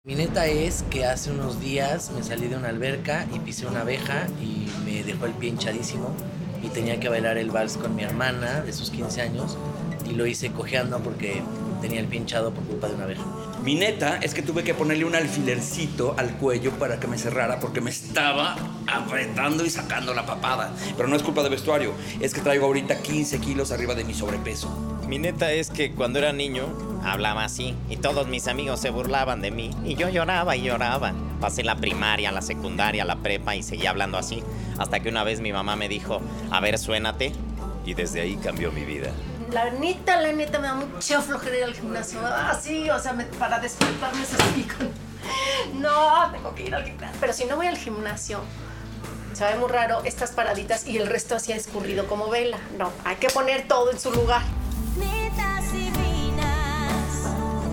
Mi neta es que hace unos días me salí de una alberca y pisé una abeja y me dejó el pie hinchadísimo y tenía que bailar el vals con mi hermana de sus 15 años y lo hice cojeando porque tenía el pie hinchado por culpa de una abeja. Mi neta es que tuve que ponerle un alfilercito al cuello para que me cerrara porque me estaba apretando y sacando la papada. Pero no es culpa de vestuario, es que traigo ahorita 15 kilos arriba de mi sobrepeso. Mi neta es que cuando era niño hablaba así y todos mis amigos se burlaban de mí y yo lloraba y lloraba. Pasé la primaria, la secundaria, la prepa y seguía hablando así hasta que una vez mi mamá me dijo, a ver, suénate. Y desde ahí cambió mi vida. La neta, me da mucha flojera ir al gimnasio. Sí, o sea, para despertarme es así con... No, tengo que ir al gimnasio. Pero si no voy al gimnasio, se ve muy raro estas paraditas y el resto así escurrido como vela. No, hay que poner todo en su lugar. Netas divinas.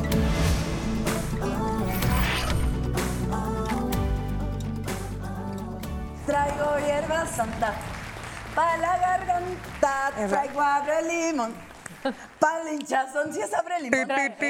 Traigo hierba santa para la garganta, traigo abre limón. Para la hinchazón, sí es abre limón.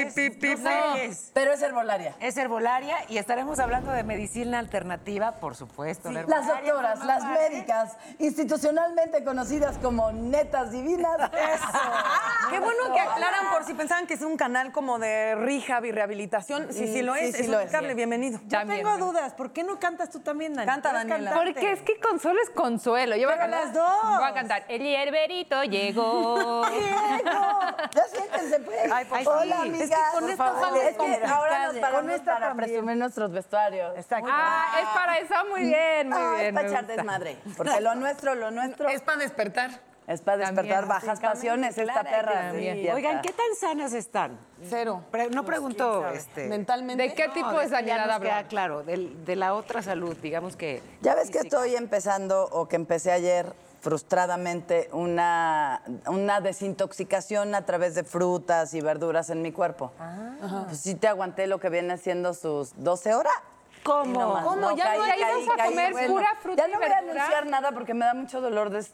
Pero es herbolaria. Es herbolaria y estaremos hablando de medicina alternativa, por supuesto. Sí, la las herbolaria doctoras, forma las parte. médicas, institucionalmente conocidas como netas divinas. Eso. Qué bueno que aclaran por si pensaban que es un canal como de rehab y rehabilitación. Sí lo es. sí Es lo un es. cable, bienvenido. Yo tengo dudas. ¿Por qué no cantas tú también, Dani? Canta, ¿Puedes Daniela. cantarte? Porque es que Consuelo es Consuelo. Yo voy a Pero cantar. las dos. Voy a cantar. El hierberito llegó. Ya siéntense, pues. Ay, por Hola, favor. amigas. Es que con por esta favor. sala es Es que ahora nos complicada. paramos Con esta para también. presumir nuestros vestuarios. Exacto. Ah, es para eso. Muy bien, muy Es bien. para me echar gusta. desmadre. Porque lo nuestro Es para despertar. es para despertar También, bajas pasiones esta perra. también. Sí, Oigan, ¿qué tan sanas están? Cero. No preguntó Mentalmente. ¿De qué tipo de ya sanidad nos queda habla? claro, de la otra salud, digamos que... Ya ves que física. estoy empezando, o que empecé ayer frustradamente, una desintoxicación a través de frutas y verduras en mi cuerpo. Pues sí te aguanté lo que viene haciendo sus 12 horas. ¿Cómo? No más. ¿Cómo? ¿Ya no ibas a comer pura fruta Ya y no voy a verdura? anunciar nada porque me da mucho dolor ¿cómo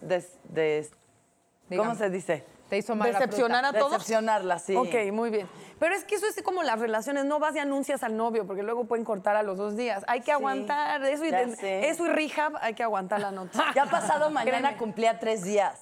Dígame. se dice? Te hizo mal la Decepcionar fruta. a todos. Decepcionarla, sí. Ok, muy bien. Pero es que eso es como las relaciones, no vas y anuncias al novio, porque luego pueden cortar a los 2 días. Hay que aguantar eso y, ya sé. eso y rehab, hay que aguantar la noche. Ya pasado mañana Créeme. cumplía 3 días.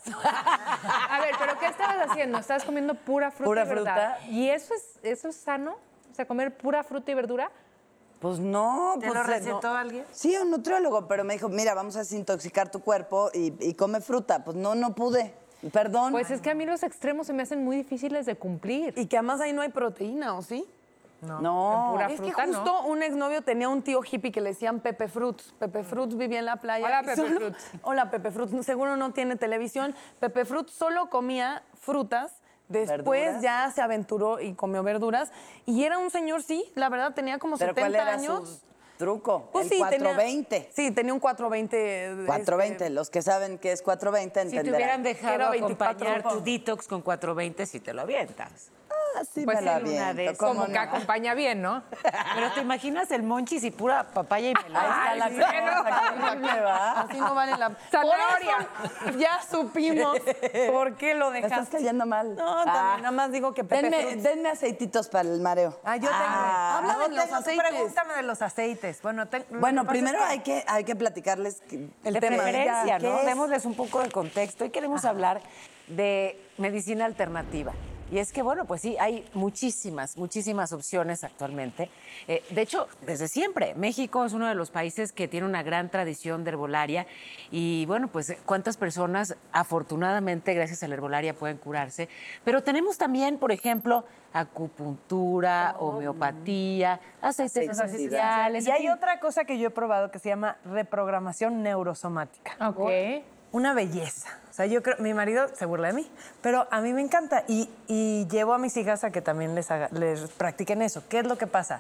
A ver, ¿pero qué estabas haciendo? ¿Estabas comiendo pura fruta Pura y verdura? fruta. ¿Y eso es sano? O sea, comer pura fruta y verdura. Pues no. ¿Te pues, lo recetó alguien? Sí, un nutriólogo, pero me dijo, mira, vamos a desintoxicar tu cuerpo y come fruta. Pues no pude. Perdón. Pues es que a mí los extremos se me hacen muy difíciles de cumplir. Y que además ahí no hay proteína, ¿o sí? no. pura Es que fruta, ¿no? justo un exnovio tenía un tío hippie que le decían Pepe Fruits. Pepe Fruits vivía en la playa. Hola, y Pepe solo- Fruits. Hola, Pepe Fruits. Seguro no tiene televisión. Pepe Fruits solo comía frutas. Después ¿Verduras? ya se aventuró y comió verduras. Y era un señor, sí, la verdad, tenía como ¿Pero 70 cuál era años. su truco? Pues el sí, 420. Sí, tenía un 420. 420. Los que saben qué es 420 Si te entenderán. hubieran dejado Era 24 acompañar horas. tu detox con 420, si te lo avientas. Ah, sí Pues me la sí, una aviento, de- ¿cómo Como que no? acompaña bien, ¿no? Pero te imaginas el monchis y pura papaya y melón. Ahí está la cosa, ¿qué va? Así no vale la... Zanahoria. Por eso ya supimos por qué lo Me estás dejaste. cayendo mal. No, también, nada más digo que Pepe Fruits. Denme aceititos para el mareo. Ah, yo tengo. habla de los tengo- aceites. Pregúntame de los aceites. Bueno, Bueno, primero hay que platicarles El De tema. preferencia, ¿qué ¿no? es? Démosles un poco de contexto y queremos hablar de medicina alternativa. Y es que, bueno, pues sí, hay muchísimas opciones actualmente. De hecho, desde siempre, México es uno de los países que tiene una gran tradición de herbolaria y, bueno, pues cuántas personas, afortunadamente, gracias a la herbolaria pueden curarse. Pero tenemos también, por ejemplo, acupuntura, homeopatía, aceites esenciales. Y hay otra cosa que yo he probado que se llama reprogramación neurosomática. Ok. Una belleza. O sea, yo creo, mi marido se burla de mí, pero a mí me encanta y llevo a mis hijas a que también les practiquen eso. ¿Qué es lo que pasa?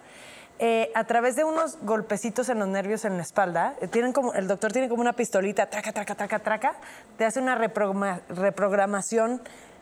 A través de unos golpecitos en los nervios en la espalda, el doctor tiene como una pistolita, traca, te hace una reprogramación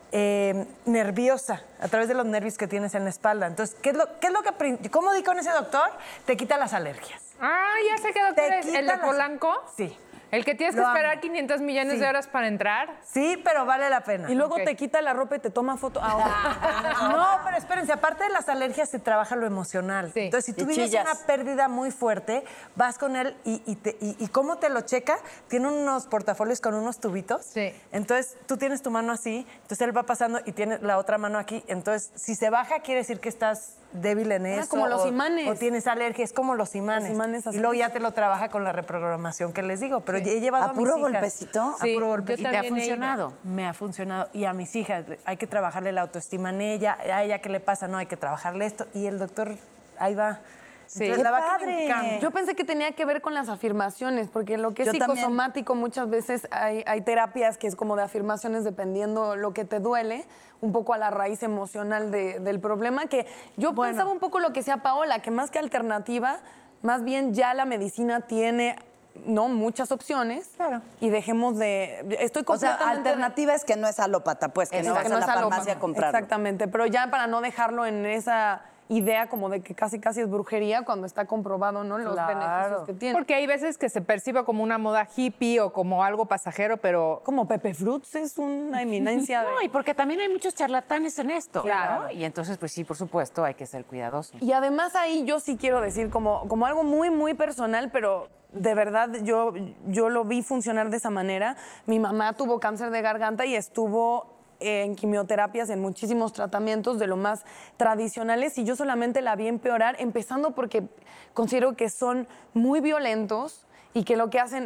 nerviosa a través de los nervios que tienes en la espalda. Entonces, ¿cómo di con ese doctor? Te quita las alergias. Ah, ya sé qué doctor Te es. quita ¿El de las- Polanco? Sí. El que tienes que Lo esperar amo. 500 millones de horas para entrar. Sí, pero vale la pena. Y luego Ok. te quita la ropa y te toma foto. No, pero espérense, aparte de las alergias se trabaja lo emocional. Sí. Entonces, si tú Y vives chillas. una pérdida muy fuerte, vas con él y cómo te lo checa, tiene unos portafolios con unos tubitos. Sí. Entonces, tú tienes tu mano así, entonces él va pasando y tiene la otra mano aquí. Entonces, si se baja, quiere decir que estás débil en eso. como los imanes. O tienes alergia, es como los imanes. Los imanes y así. luego ya te lo trabaja con la reprogramación que les digo. Pero he llevado ¿A a mis puro hijas. golpecito? Sí, A puro yo golpecito. ¿Y te ha también he ido. funcionado? Me ha funcionado. Y a mis hijas, hay que trabajarle la autoestima en ella. A ella, ¿qué le pasa? No, hay que trabajarle esto. Y el doctor, ahí va. Sí. Entonces, ¡Qué la verdad que me padre! encanta. Yo pensé que tenía que ver con las afirmaciones, porque lo que es Yo también. psicosomático muchas veces hay terapias que es como de afirmaciones dependiendo lo que te duele, un poco a la raíz emocional del problema, que yo pensaba un poco lo que sea Paola, que más que alternativa, más bien ya la medicina tiene muchas opciones. Claro. Y dejemos de... Estoy O sea, completamente... alternativa es que no es alópata, pues, que no vas que a la es farmacia alópata. a comprarlo. Exactamente, pero ya para no dejarlo en esa idea como de que casi es brujería cuando está comprobado, ¿no? Los beneficios que tiene. Porque hay veces que se percibe como una moda hippie o como algo pasajero, pero... Como Pepe Fruits es una eminencia de... No, y porque también hay muchos charlatanes en esto. Claro. ¿no? Y entonces, pues sí, por supuesto, hay que ser cuidadoso. Y además ahí yo sí quiero decir como algo muy, muy personal, pero de verdad yo lo vi funcionar de esa manera. Mi mamá tuvo cáncer de garganta y estuvo en quimioterapias, en muchísimos tratamientos de lo más tradicionales y yo solamente la vi empeorar, empezando porque considero que son muy violentos y que lo que hacen,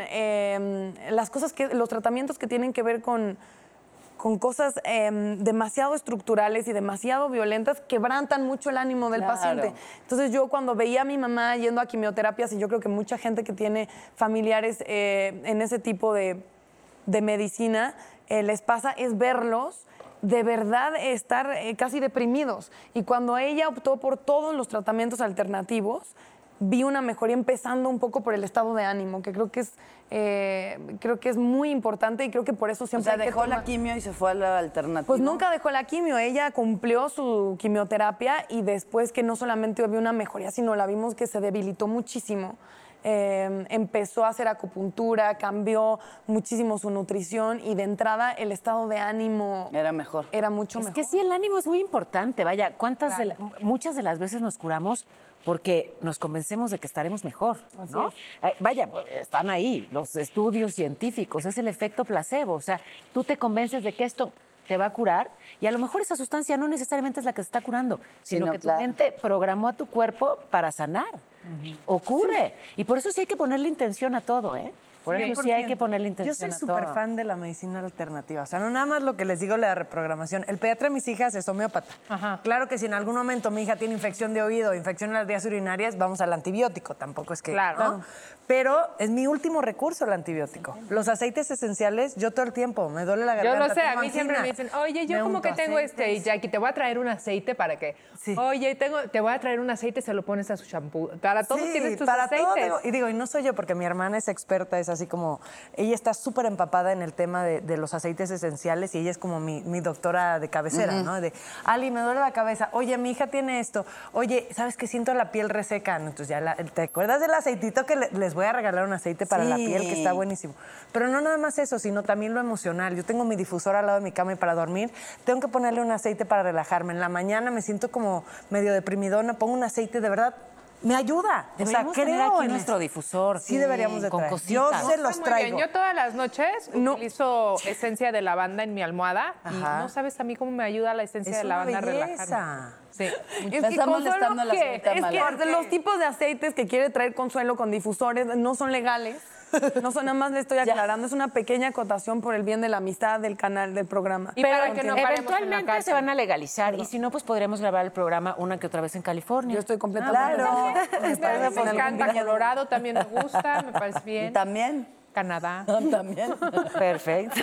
los tratamientos que tienen que ver con cosas demasiado estructurales y demasiado violentas quebrantan mucho el ánimo del Claro. paciente. Entonces yo cuando veía a mi mamá yendo a quimioterapias, y yo creo que mucha gente que tiene familiares en ese tipo de medicina, les pasa es verlos de verdad estar casi deprimidos. Y cuando ella optó por todos los tratamientos alternativos, vi una mejoría empezando un poco por el estado de ánimo, que creo que es muy importante y creo que por eso O siempre sea, hay que dejó la tomar- quimio y se fue a la alternativa. Pues nunca dejó la quimio, ella cumplió su quimioterapia y después que no solamente vio una mejoría, sino la vimos que se debilitó muchísimo. Empezó a hacer acupuntura, cambió muchísimo su nutrición y de entrada el estado de ánimo Era mejor. era mucho Es mejor. que sí, el ánimo es muy importante. Vaya, muchas de las veces nos curamos porque nos convencemos de que estaremos mejor, ¿no? Vaya, están ahí los estudios científicos, es el efecto placebo. O sea, tú te convences de que esto te va a curar y a lo mejor esa sustancia no necesariamente es la que te está curando, sino no, que tu claro. mente programó a tu cuerpo para sanar. Ocurre. Y por eso sí hay que ponerle intención a todo, ¿eh? Por eso sí hay que ponerle Yo intención soy a todo. súper fan de la medicina alternativa. O sea, no nada más lo que les digo, la reprogramación. El pediatra de mis hijas es homeópata. Ajá. Claro que si en algún momento mi hija tiene infección de oído, infección en las vías urinarias, vamos al antibiótico. Tampoco es que... Claro. ¿no? Pero es mi último recurso el antibiótico. Los aceites esenciales, yo todo el tiempo, me duele la Yo garganta. lo sé, a tengo mí siempre me angina. dicen, oye, yo Me como unto que tengo aceites. Jackie, te voy a traer un aceite para que... Sí. Oye, te voy a traer un aceite, se lo pones a su shampoo. Para todo Sí, tienes tus para aceites. todo y no soy yo, porque mi hermana es experta, es así como, ella está súper empapada en el tema de los aceites esenciales y ella es como mi doctora de cabecera, ¿no? De, Ali, me duele la cabeza, oye, mi hija tiene esto, oye, ¿sabes qué? Siento la piel reseca. Entonces ¿te acuerdas del aceitito que les voy a regalar un aceite para la Sí. piel que está buenísimo? Pero no nada más eso, sino también lo emocional. Yo tengo mi difusor al lado de mi cama y para dormir tengo que ponerle un aceite para relajarme. En la mañana me siento como medio deprimidona, pongo un aceite, de verdad, me ayuda. Deberíamos o sea, tener creo aquí en nuestro eso. difusor. Sí, deberíamos de con traer. cositas. Yo se Está los muy traigo. bien. Yo todas las noches utilizo esencia de lavanda en mi almohada y Ajá. no sabes a mí cómo me ayuda la esencia Es de una lavanda a relajarme. belleza. Sí. Es Me está molestando la que, señorita es Mala. que los tipos de aceites que quiere traer Consuelo con difusores no son legales. No son, nada más le estoy aclarando, es una pequeña acotación por el bien de la amistad del canal, del programa. Y para que no paremos en la Eventualmente cárcel. se van a legalizar y si no, pues podremos grabar el programa una que otra vez en California. Yo estoy completamente... Claro. Me encanta Colorado, también me gusta, me parece Y bien. también. Canadá. También. Perfecto.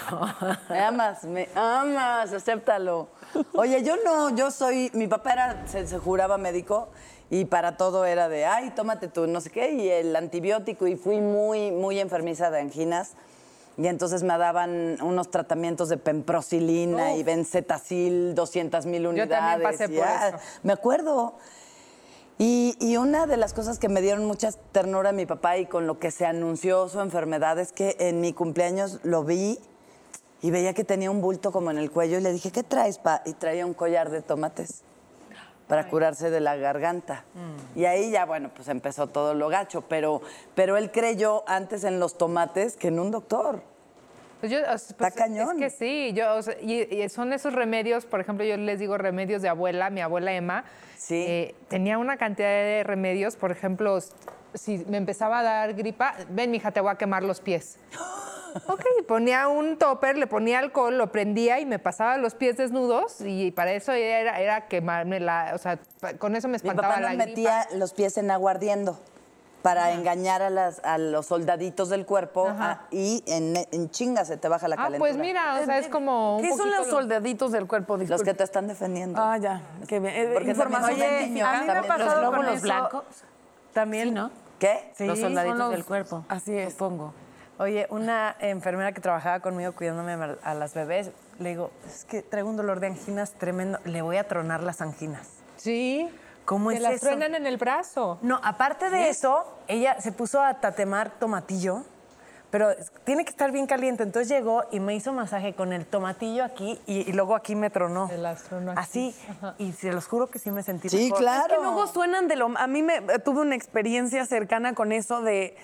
Me amas, acéptalo. Oye, mi papá se juraba médico y para todo era de, ay, tómate tú, no sé qué, y el antibiótico, y fui muy, muy enfermiza de anginas. Y entonces me daban unos tratamientos de pemprocilina y benzetacil, 200,000 unidades. Yo también pasé por eso. Me acuerdo. Y una de las cosas que me dieron mucha ternura a mi papá y con lo que se anunció su enfermedad es que en mi cumpleaños lo vi y veía que tenía un bulto como en el cuello y le dije, ¿qué traes, pa? Y traía un collar de tomates para curarse de la garganta. Y ahí ya, bueno, pues empezó todo lo gacho, pero él creyó antes en los tomates que en un doctor. Pues Está cañón. Es que sí, y son esos remedios, por ejemplo, yo les digo remedios de abuela, mi abuela Emma, tenía una cantidad de remedios, por ejemplo, si me empezaba a dar gripa, ven, mija, te voy a quemar los pies. Ok, ponía un topper, le ponía alcohol, lo prendía y me pasaba los pies desnudos y para eso era quemarme o sea, con eso me espantaba la gripa. Mi papá nos metía los pies en agua ardiendo para engañar a los soldaditos del cuerpo y en chinga se te baja la calentura. Pues mira, o sea, es como un ¿Qué son los soldaditos del cuerpo? Los que te están defendiendo. Ah, ya, qué bien. Porque Información. también niños, a mí me ha también pasado los con glóbulos eso. blancos. También. Sí, ¿no? ¿Qué? Sí, Los soldaditos son del cuerpo. Así es. Supongo. Oye, una enfermera que trabajaba conmigo cuidándome a las bebés, le digo, es que traigo un dolor de anginas tremendo, le voy a tronar las anginas. Sí. ¿Cómo Te es las eso? truenan en el brazo. No, aparte de eso, ella se puso a tatemar tomatillo, pero tiene que estar bien caliente. Entonces llegó y me hizo masaje con el tomatillo aquí y luego aquí me tronó. Se las tronó aquí. Así. Y se los juro que sí me sentí Sí, mejor. claro. Es que luego suenan de lo... A mí tuve una experiencia cercana con eso de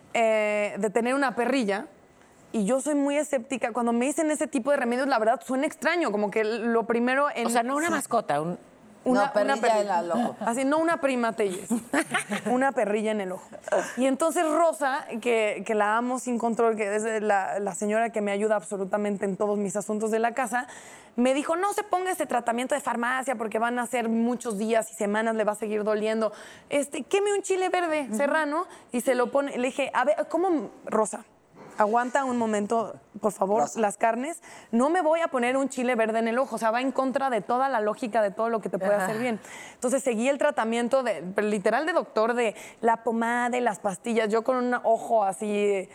tener una perrilla. Y yo soy muy escéptica. Cuando me dicen ese tipo de remedios, la verdad, suena extraño. Como que lo primero... O sea, no una mascota, Una perrilla en el ojo. Así, no una prima Telles. Una perrilla en el ojo. Y entonces Rosa, que la amo sin control, que es la señora que me ayuda absolutamente en todos mis asuntos de la casa, me dijo, no se ponga ese tratamiento de farmacia porque van a ser muchos días y semanas, le va a seguir doliendo. Queme un chile verde serrano y se lo pone. Le dije, a ver, ¿cómo, Rosa? Aguanta un momento, por favor, Rosa. las carnes. No me voy a poner un chile verde en el ojo. O sea, va en contra de toda la lógica de todo lo que te puede hacer bien. Entonces, seguí el tratamiento literal de doctor de la pomada y las pastillas. Yo con un ojo así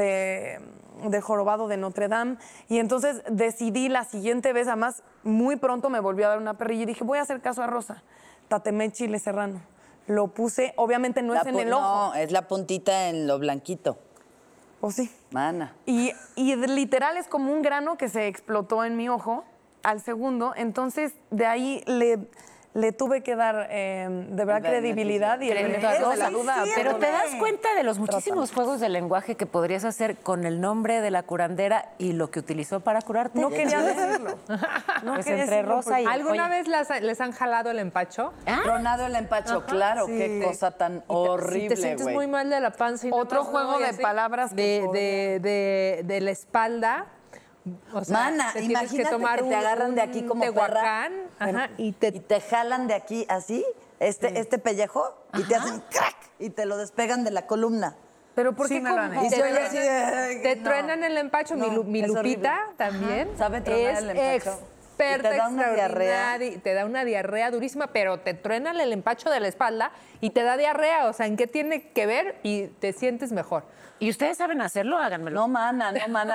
de jorobado de Notre Dame. Y entonces decidí la siguiente vez, además, muy pronto me volvió a dar una perrilla y dije, voy a hacer caso a Rosa. Tatemé chile serrano. Lo puse, obviamente no es en el ojo. No, es la puntita en lo blanquito. ¿O sí? Mana. Y literal es como un grano que se explotó en mi ojo al segundo. Entonces, de ahí le tuve que dar, de verdad, credibilidad y el beneficio de la duda. Pero te das cuenta de los muchísimos juegos de lenguaje que podrías hacer con el nombre de la curandera y lo que utilizó para curarte. No quería decirlo. No Pues quería entre decirlo Rosa y... ¿Alguna Oye, vez les han jalado el empacho? Tronado el empacho, claro. sí. Qué cosa tan Si te horrible, sientes güey. muy mal de la panza y nada Otro más, juego Y de así, palabras que de la espalda. O sea, Mana, te tienes imagínate que tomar que te agarran de aquí como tehuacán, perra. ajá, Y te jalan de aquí así, este pellejo, y te hacen crack y te lo despegan de la columna. Pero ¿por Sí qué me lo han como- Y Te se oye truenan- así de... Te no. truenan el empacho. No, mi es Lupita horrible. también Sabe tronar el empacho. experta, Y te da una diarrea. te da una diarrea durísima, pero te truenan el empacho de la espalda y te da diarrea. O sea, ¿en qué tiene que ver? Y te sientes mejor. ¿y ustedes saben hacerlo? Háganmelo. No, mana,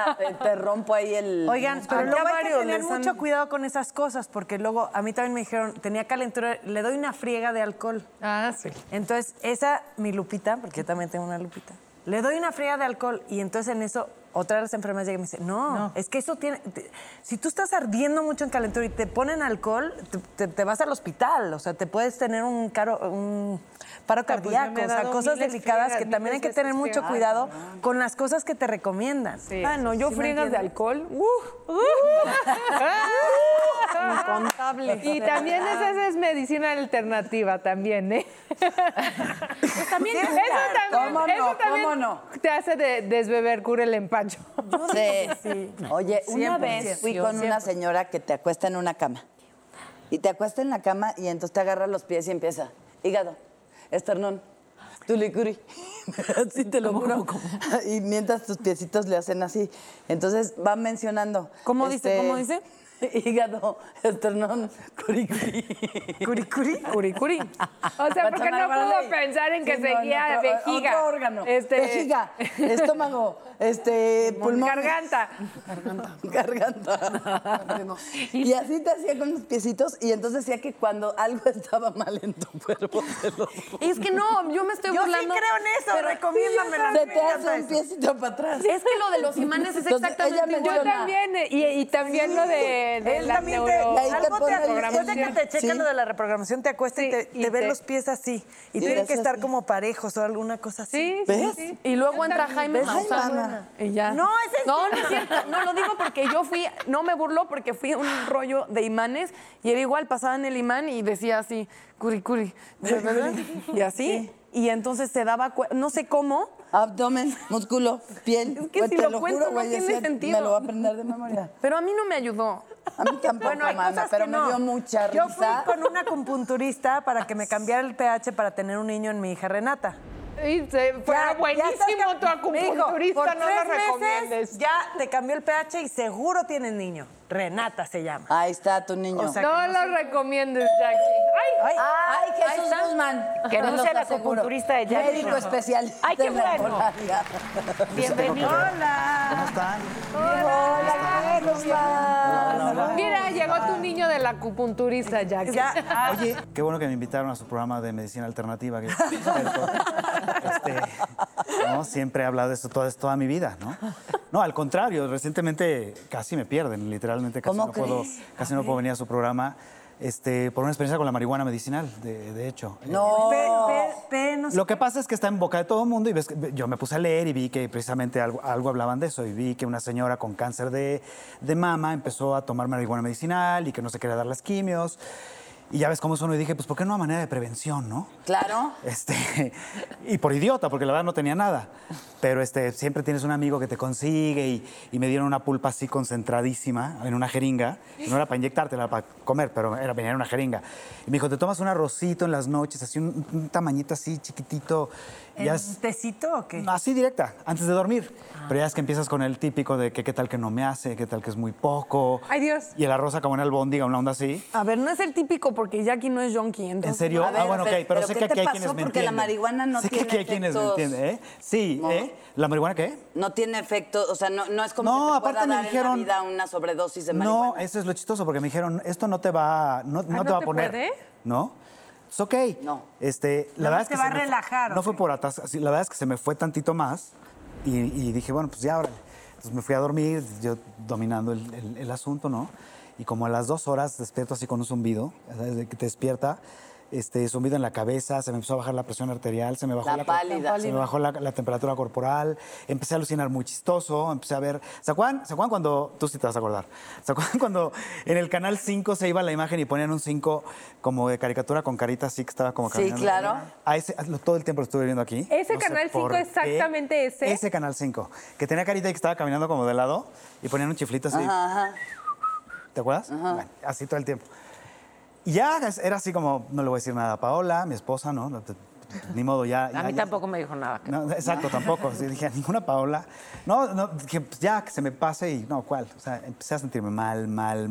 te rompo ahí el... Oigan, pero ya luego hay que varios tener les han- mucho cuidado con esas cosas, porque luego a mí también me dijeron, tenía calentura, le doy una friega de alcohol. Ah, sí. Entonces, mi Lupita, porque yo también tengo una Lupita, le doy una friega de alcohol y entonces en eso otra de las enfermeras llega y me dice, no. Es que eso tiene... si tú estás ardiendo mucho en calentura y te ponen alcohol, te vas al hospital, o sea, te puedes tener un paro pues yo cardíaco, me he o sea, dado cosas miles delicadas friegas, que también hay que miles tener veces mucho friegas. cuidado con las cosas que te recomiendan. Sí. Ah, no, yo ¿Sí me friegas de entiendes? alcohol. Incontable. Y también esa es medicina alternativa también, ¿eh? Pues también Eso también, ¿Cómo no? eso también ¿Cómo no? te hace desbeber, cura el empacho. Sí. Oye, una 100%, vez fui con una señora que te acuesta en una cama. Y te acuesta en la cama y entonces te agarra los pies y empieza. Hígado, esternón, tulicuri. Así te lo juro. Y mientras tus piecitos le hacen así. Entonces va mencionando. ¿Cómo dice? ¿Cómo dice? hígado, esternón, curicuri. Curicuri, curicuri. O sea, porque no pudo pensar en que Sí, seguía vejiga. Otro órgano. Vejiga, estómago, pulmón. Garganta. Garganta. Y así te hacía con los piecitos y entonces decía que cuando algo estaba mal en tu cuerpo se los... Es que no, yo me estoy Yo sí burlando. creo en eso, pero recomiéndamela. Se te hace un piecito para atrás. Es que lo de los imanes es Entonces, ella exactamente me igual. Yo también, y también lo de Él la también neuro... ahí te algo pone el- después de que te checan Sí. lo de la reprogramación, te acuestas y Sí, te ven los pies así. Y tienen que haces estar así. como parejos o alguna cosa así. Sí, ¿Ves? sí, sí. Y luego entra Jaime Ay, Maussan mana. y ya. No, ese es No es cierto. No, lo digo porque yo fui, no me burlo porque fui a un rollo de imanes y era igual, pasaban el imán y decía así, curi, curi. Y así. Y entonces se daba no sé cómo. Abdomen, músculo, piel. Es que Güey, si te lo cuento, juro, no güey, tiene ese sentido. Me lo voy a aprender de memoria. Pero a mí no me ayudó. A mí tampoco, Bueno, hay mana, cosas pero que me no. dio mucha Yo fui risa. con una acupunturista para que me cambiara el pH para tener un niño en mi hija Renata. Y fue Ya buenísimo estás tu Me dijo, acupunturista, por no 3 lo meses recomiendes. ya te cambió el pH y seguro tienes niño. Renata se llama. Ahí está tu niño. O sea, No lo recomiendes, Jackie. ¡Ay! Ay, Jesús está. Guzmán. Queremos te lo ser aseguro. acupunturista de Jackie, Médico por favor. especialista. Ay, qué en la bueno. herbolaria. Bienvenido. Hola. ¿Cómo están? Hola, Guzmán. Mira, llegó tu niño del acupunturista, Jackie. Ya, Oye, qué bueno que me invitaron a su programa de medicina alternativa. Que yo soy experto. ¿No? Siempre he hablado de esto toda mi vida, ¿no? No, al contrario, recientemente casi me pierden, literalmente casi ¿Cómo no puedo, crees? casi no puedo venir a su programa. Por una experiencia con la marihuana medicinal, de hecho. No. no sé. Lo que pasa es que está en boca de todo el mundo y ves yo me puse a leer y vi que precisamente algo hablaban de eso y vi que una señora con cáncer de mama empezó a tomar marihuana medicinal y que no se quería dar las quimios. Y ya ves cómo es uno y dije, pues ¿por qué no a manera de prevención, no? Claro. Y por idiota, porque la verdad no tenía nada. Pero siempre tienes un amigo que te consigue y me dieron una pulpa así concentradísima en una jeringa. No era para inyectártela, era para comer, pero venía en una jeringa. Y me dijo, te tomas un arrocito en las noches, así un tamañito así chiquitito. ¿Un tecito o qué? Así directa, antes de dormir. Pero ya es que empiezas con el típico de que qué tal que no me hace, qué tal que es muy poco. Ay, Dios. Y el arroz acabó en albóndiga, una onda así. A ver, no es el típico porque Jackie no es junkie. Entonces... ¿En serio? A ver, Bueno, ok, pero sé ¿qué que aquí te hay pasó? quienes me Porque la entienden. marihuana no sé tiene que aquí hay quienes me efectos. entienden, ¿eh? Sí, No. ¿eh? ¿La marihuana qué? No tiene efecto, o sea, no es como No, que te aparte pueda me dar dijeron- en la vida una sobredosis de marihuana. No, eso es lo chistoso, porque me dijeron, esto no te va, no te va a te poner. puede? ¿No? Es ok. No. La verdad es te que va se a me relajar, No ¿o fue qué? por atrás, la verdad es que se me fue tantito más y dije, bueno, pues ya, órale. Entonces me fui a dormir, yo dominando el asunto, ¿no? Y como a las 2 horas despierto así con un zumbido, ¿sabes? De que te despierta, zumbido en la cabeza, se me empezó a bajar la presión arterial, se me bajó La pálida. se me bajó la temperatura corporal, empecé a alucinar muy chistoso, empecé a ver... ¿Se acuerdan cuando... Tú sí te vas a acordar. ¿Se acuerdan cuando en el Canal 5 se iba la imagen y ponían un 5 como de caricatura con carita así que estaba como Sí, caminando? claro. Todo el tiempo lo estuve viendo aquí. ¿Ese No sé Canal 5 por qué. exactamente ese? Ese Canal 5, que tenía carita y que estaba caminando como de lado y ponían un chiflito así. Ajá. ¿Te acuerdas? Bueno, así todo el tiempo. Y ya era así como, no le voy a decir nada a Paola, mi esposa, ¿no? Ni modo, ya. A mí tampoco me dijo nada. No, exacto, tampoco. Sí, dije, ninguna Paola. No, dije, pues ya, que se me pase y no, ¿cuál? O sea, empecé a sentirme mal.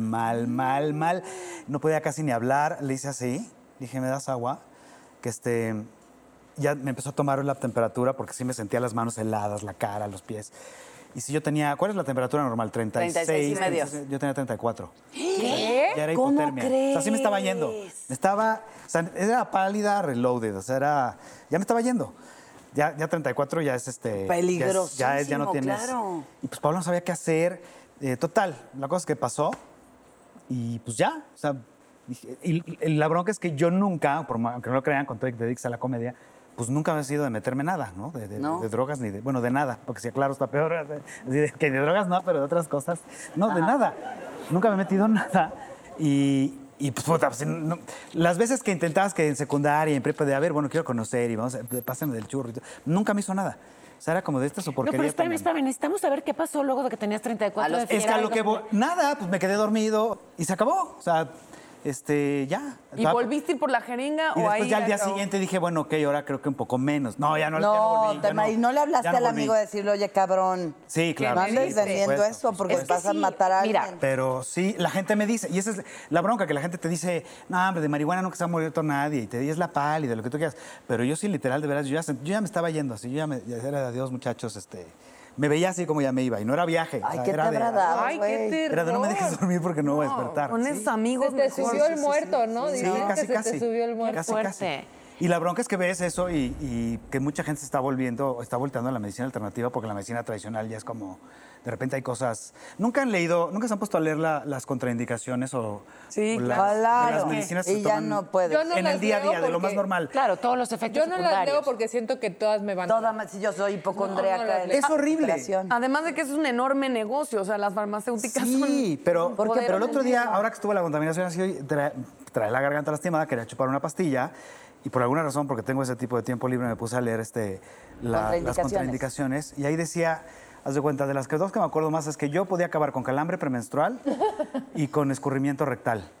No podía casi ni hablar. Le hice así, dije, ¿me das agua? Que ya me empezó a tomar la temperatura porque sí me sentía las manos heladas, la cara, los pies. Y si yo tenía, ¿cuál es la temperatura normal? 36. 36 y medio. Yo tenía 34. ¿Qué? Ya era ¿Cómo hipotermia. crees? O sea, sí me estaba yendo. O sea, era pálida, reloaded. O sea, ya me estaba yendo. Ya 34 ya es Peligrosísimo, ya no tienes. claro. Y pues Pablo no sabía qué hacer. Total, la cosa es que pasó y pues ya. O sea, y la bronca es que yo nunca, aunque no lo crean, con todo que te dediques a la comedia, pues nunca me he sido de meterme nada, ¿no? No. De drogas ni de, bueno, de nada, porque si claro está peor, que de drogas no, pero de otras cosas, no, de nada. Nunca me he metido en nada y pues, puta, pues, las veces que intentabas que en secundaria, en prepa, de, a ver, bueno, quiero conocer y vamos, pásame del churro y todo, nunca me hizo nada. O sea, era como de esta su No, porquería. pero espérame, necesitamos saber qué pasó luego de que tenías 34 de Es que a fiebre. lo que nada, pues me quedé dormido y se acabó. O sea, ya. ¿Y volviste a ir por la jeringa Y o después ahí? ya al día siguiente dije, bueno, ok, ahora creo que un poco menos. No, ya no, ya no No, volví. ya y no le hablaste ya no al volví. amigo de decirle, oye, cabrón. Sí, claro. No andes sí, por vendiendo supuesto, eso porque por supuesto. vas a matar a alguien. mira, Pero sí, la gente me dice, y esa es la bronca, que la gente te dice, no, hombre, de marihuana nunca se va a morir nadie, y te dices la pálida, lo que tú quieras. Pero yo sí, literal, de veras, yo ya me estaba yendo así, ya era de adiós, muchachos, me veía así como ya me iba, y no era viaje. Ay, o sea, ¿qué te era de, habrá dado, Ay, qué güey? terror. era de no me dejes dormir porque no voy a despertar. Con esos amigos. Se te mejor. subió el muerto, ¿no? Sí, Dicen casi, que se casi. te subió el muerto. Casi, Fuerte. casi. Y la bronca es que ves eso y que mucha gente se está volteando a la medicina alternativa porque la medicina tradicional ya es como, de repente hay cosas. Nunca se han puesto a leer las contraindicaciones Sí, o Claro. las medicinas que Y se ya toman no puedes. Yo no en las el día a leo día, de lo porque- más normal. Claro, todos los efectos Yo no las secundarios. leo porque siento que todas me van Si yo soy hipocondríaca. No, no las en leo. Es horrible. operación. Además de que es un enorme negocio, o sea, las farmacéuticas Sí, son... pero poder el otro día, vendido. ahora que estuvo la contaminación así, trae la garganta lastimada, quería chupar una pastilla y por alguna razón, porque tengo ese tipo de tiempo libre, me puse a leer las contraindicaciones y ahí decía, haz de cuenta, de las dos que me acuerdo más es que yo podía acabar con calambre premenstrual y con escurrimiento rectal.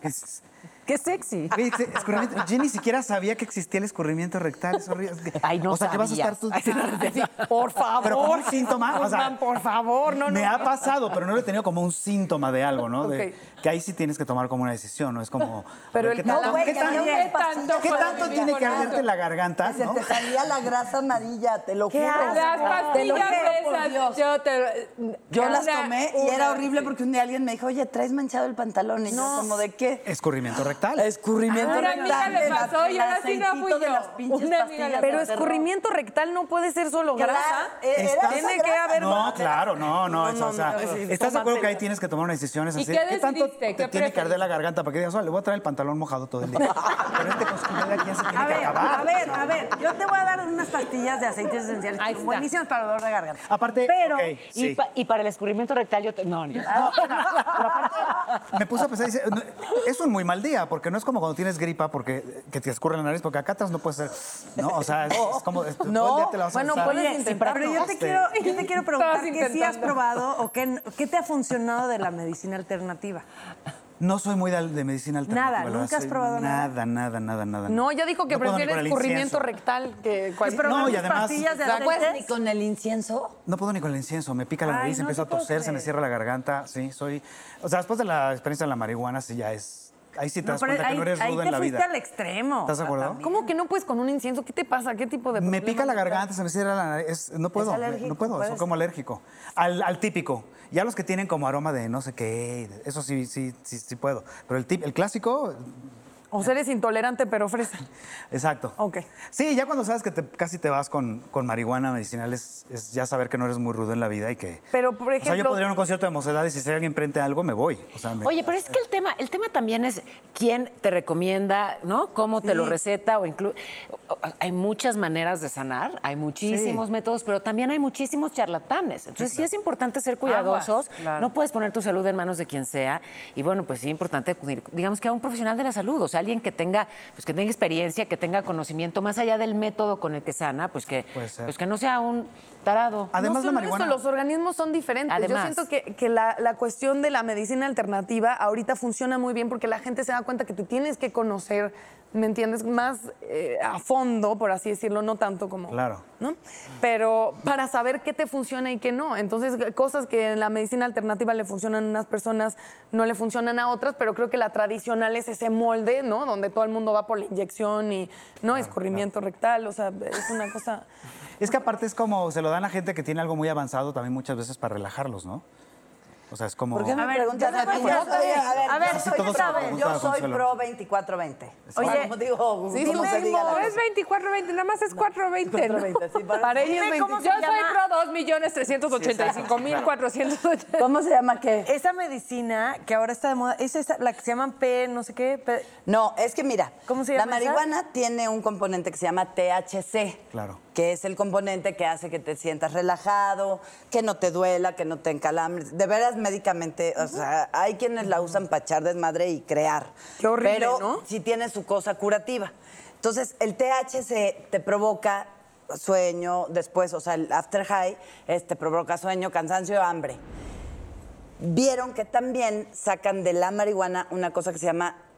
¡Qué sexy! Oye, yo ni siquiera sabía que existía el escurrimiento rectal. Es horrible. Ay, no o sea, que vas a estar sabías. tú... Por favor. Pero como un síntoma, o sea, Guzmán, por favor, no. me ha pasado, pero no lo he tenido como un síntoma de algo, ¿no? Ok. Que ahí sí tienes que tomar como una decisión, ¿no? Es como... Pero a ver, el calambre- ¿qué tanto, ¿qué tanto ¿qué fue tanto de tiene mi que corazón? arderte la garganta? Se ¿no? te salía la grasa amarilla, te lo juro. Las Te lo pastillas juro por esas, Dios. yo las una- tomé y una- era horrible porque un día alguien me dijo, oye, traes manchado el pantalón. Y yo, ¿como de qué? Escurrimiento rectal. Escurrimiento A una amiga le rectal, pasó y el ahora sí no fui aceitito de yo. las pinches Una amiga pastillas le de Pero terror. escurrimiento rectal no puede ser solo Claro, grasa. era Tiene esa que grasa. haber... No, claro, no, eso, o sea, ¿estás de acuerdo que ahí tienes que tomar unas decisiones ¿Y así? qué tanto decidiste? te ¿Qué tiene que arder preferiste? la garganta para que digas, le voy a traer el pantalón mojado todo el día? Pero cosquilleo de aquí se tiene A que ver, acabar. a ver, yo te voy a dar unas pastillas de aceites esenciales Ahí está. buenísimas para dolor de garganta. Aparte, pero ok, Y, sí. y para el escurrimiento rectal yo te... No, no. Me puse a pensar, dice, no, es un muy mal día, porque no es como cuando tienes gripa, porque que te escurre la nariz, porque acá atrás no puede ser, ¿no? O sea, es como, todo el día te la vas a Bueno, usar. puedes Oye, intentar. pero yo te quiero preguntar Todos qué sí has intentando. probado o qué te ha funcionado de la medicina alternativa. No soy muy de medicina alternativa. Nada, la verdad, ¿nunca has soy probado nada? Nada. No, ya dijo que No puedo ni prefiere con el escurrimiento incienso. rectal que cualquier... Pero No, y unas además- pastillas de ¿No puedes aceite. ni con el incienso? No puedo ni con el incienso, me pica la Ay, nariz, no empiezo a te puedo toser, se me creer. cierra la garganta, sí, soy... O sea, después de la experiencia de la marihuana, sí ya es... Ahí sí te das pero cuenta que no eres ahí rudo te en la fuiste vida. al extremo. ¿Estás de acuerdo? También. ¿Cómo que no puedes con un incienso? ¿Qué te pasa? ¿Qué tipo de Me problema pica la te da? garganta, se me cierra la nariz, no puedo, alérgico, no puedo, soy puedes. como alérgico. Al típico. Ya los que tienen como aroma de no sé qué, eso sí puedo. Pero el clásico, O sea, eres intolerante, pero fresa. exacto. Ok. Sí, ya cuando sabes que casi te vas con marihuana medicinal es ya saber que no eres muy rudo en la vida y que... Pero, por O sea, yo ejemplo... podría ir a un concierto de mocedades y si alguien prende algo, me voy. O sea, Oye, pero es que el tema también es quién te recomienda, ¿no? Cómo te lo receta o incluso... Hay muchas maneras de sanar, hay muchísimos métodos, pero también hay muchísimos charlatanes. Entonces sí es importante ser cuidadosos, claro. no puedes poner tu salud en manos de quien sea y bueno, pues sí es importante acudir, digamos que a un profesional de la salud, o sea, alguien que tenga experiencia, que tenga conocimiento, más allá del método con el que sana, pues que no sea un tarado. Además, no la solo marihuana... eso, los organismos son diferentes. Además. Yo siento que la cuestión de la medicina alternativa ahorita funciona muy bien porque la gente se da cuenta que tú tienes que conocer, ¿me entiendes? Más a fondo, por así decirlo, no tanto como... Claro. ¿no? Pero para saber qué te funciona y qué no. Entonces, cosas que en la medicina alternativa le funcionan a unas personas, no le funcionan a otras, pero creo que la tradicional es ese molde, ¿no? Donde todo el mundo va por la inyección y, ¿no? Escurrimiento rectal, o sea, es una cosa... Es que aparte es como, se lo dan a gente que tiene algo muy avanzado también muchas veces para relajarlos, ¿no? O sea, es como... ¿Por qué me A ver, preguntas yo a mí? te voy a decir- A ver, Sí, todos sabemos, yo todos soy Consuelo. pro 24-20. Oye, como digo, sí, como dime, se diga la No cosa. es 24-20, nada más es 4-20. ¿no? 4-20, sí, Para ellos Dime 20. cómo Yo se soy llama. pro 2.385.480. ¿Cómo se llama qué? Esa medicina que ahora está de moda, ¿es esa la que se llaman P, no sé qué? No, es que mira, ¿Cómo se la llama esa? marihuana tiene un componente que se llama THC. Claro. Que es el componente que hace que te sientas relajado, que no te duela, que no te encalambres. De veras, médicamente, o sea, hay quienes la usan para echar desmadre y crear. Qué horrible, Pero ¿no? sí tiene su cosa curativa. Entonces, el THC te provoca sueño, después, o sea, el after high, te provoca sueño, cansancio, hambre. Vieron que también sacan de la marihuana una cosa que se llama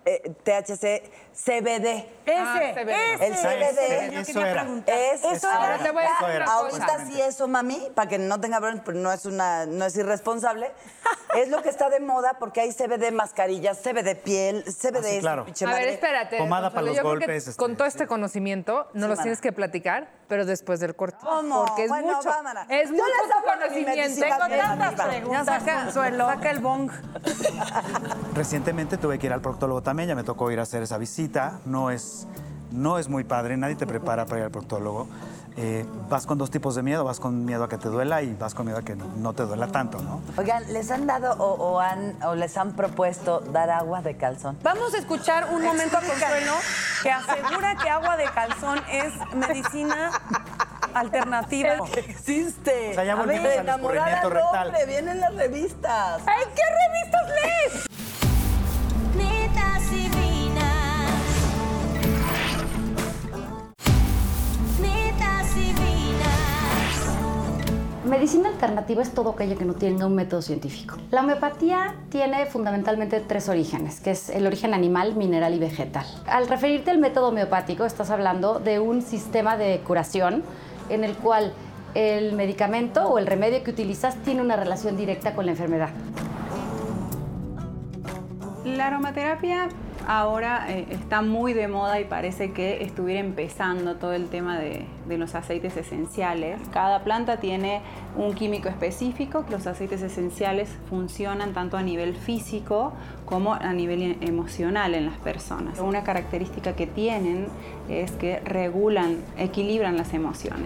THC, CBD. Ese. El CBD. Eso era. Eso Ahora te voy a decir una ahorita cosa. sí eso, mami, para que no tenga broncas, pero no es irresponsable. Es lo que está de moda porque hay CBD mascarillas, CBD piel, CBD sí, claro. pinche A ver, madre. espérate. Pomada para los yo creo que golpes, con todo este conocimiento, no los mana. tienes que platicar, pero después del corte. ¿Cómo? Porque es Bueno, mucho. vámonos. Es Yo mucho les tu hablo de mi conocimiento. medicina Tengo tantas alternativa. preguntas. Ya saca el bong. Recientemente tuve que ir al proctólogo también, ya me tocó ir a hacer esa visita. No es muy padre, nadie te prepara para ir al proctólogo. Vas con dos tipos de miedo, vas con miedo a que te duela y vas con miedo a que no te duela tanto, ¿no? Oigan, ¿les han dado o les han propuesto dar agua de calzón? Vamos a escuchar un momento a Consuelo que asegura que agua de calzón es medicina alternativa. Existe. O sea, ya volvimos al enamorar escurrimiento al rectal. hombre, vienen las revistas. ¿En qué revistas lees? Netas divinas. Netas divinas. Medicina alternativa es todo aquello que no tenga un método científico. La homeopatía tiene fundamentalmente tres orígenes, que es el origen animal, mineral y vegetal. Al referirte al método homeopático, estás hablando de un sistema de curación en el cual el medicamento o el remedio que utilizas tiene una relación directa con la enfermedad. La aromaterapia ahora está muy de moda y parece que estuviera empezando todo el tema de los aceites esenciales. Cada planta tiene un químico específico. Los aceites esenciales funcionan tanto a nivel físico como a nivel emocional en las personas. Una característica que tienen es que equilibran las emociones.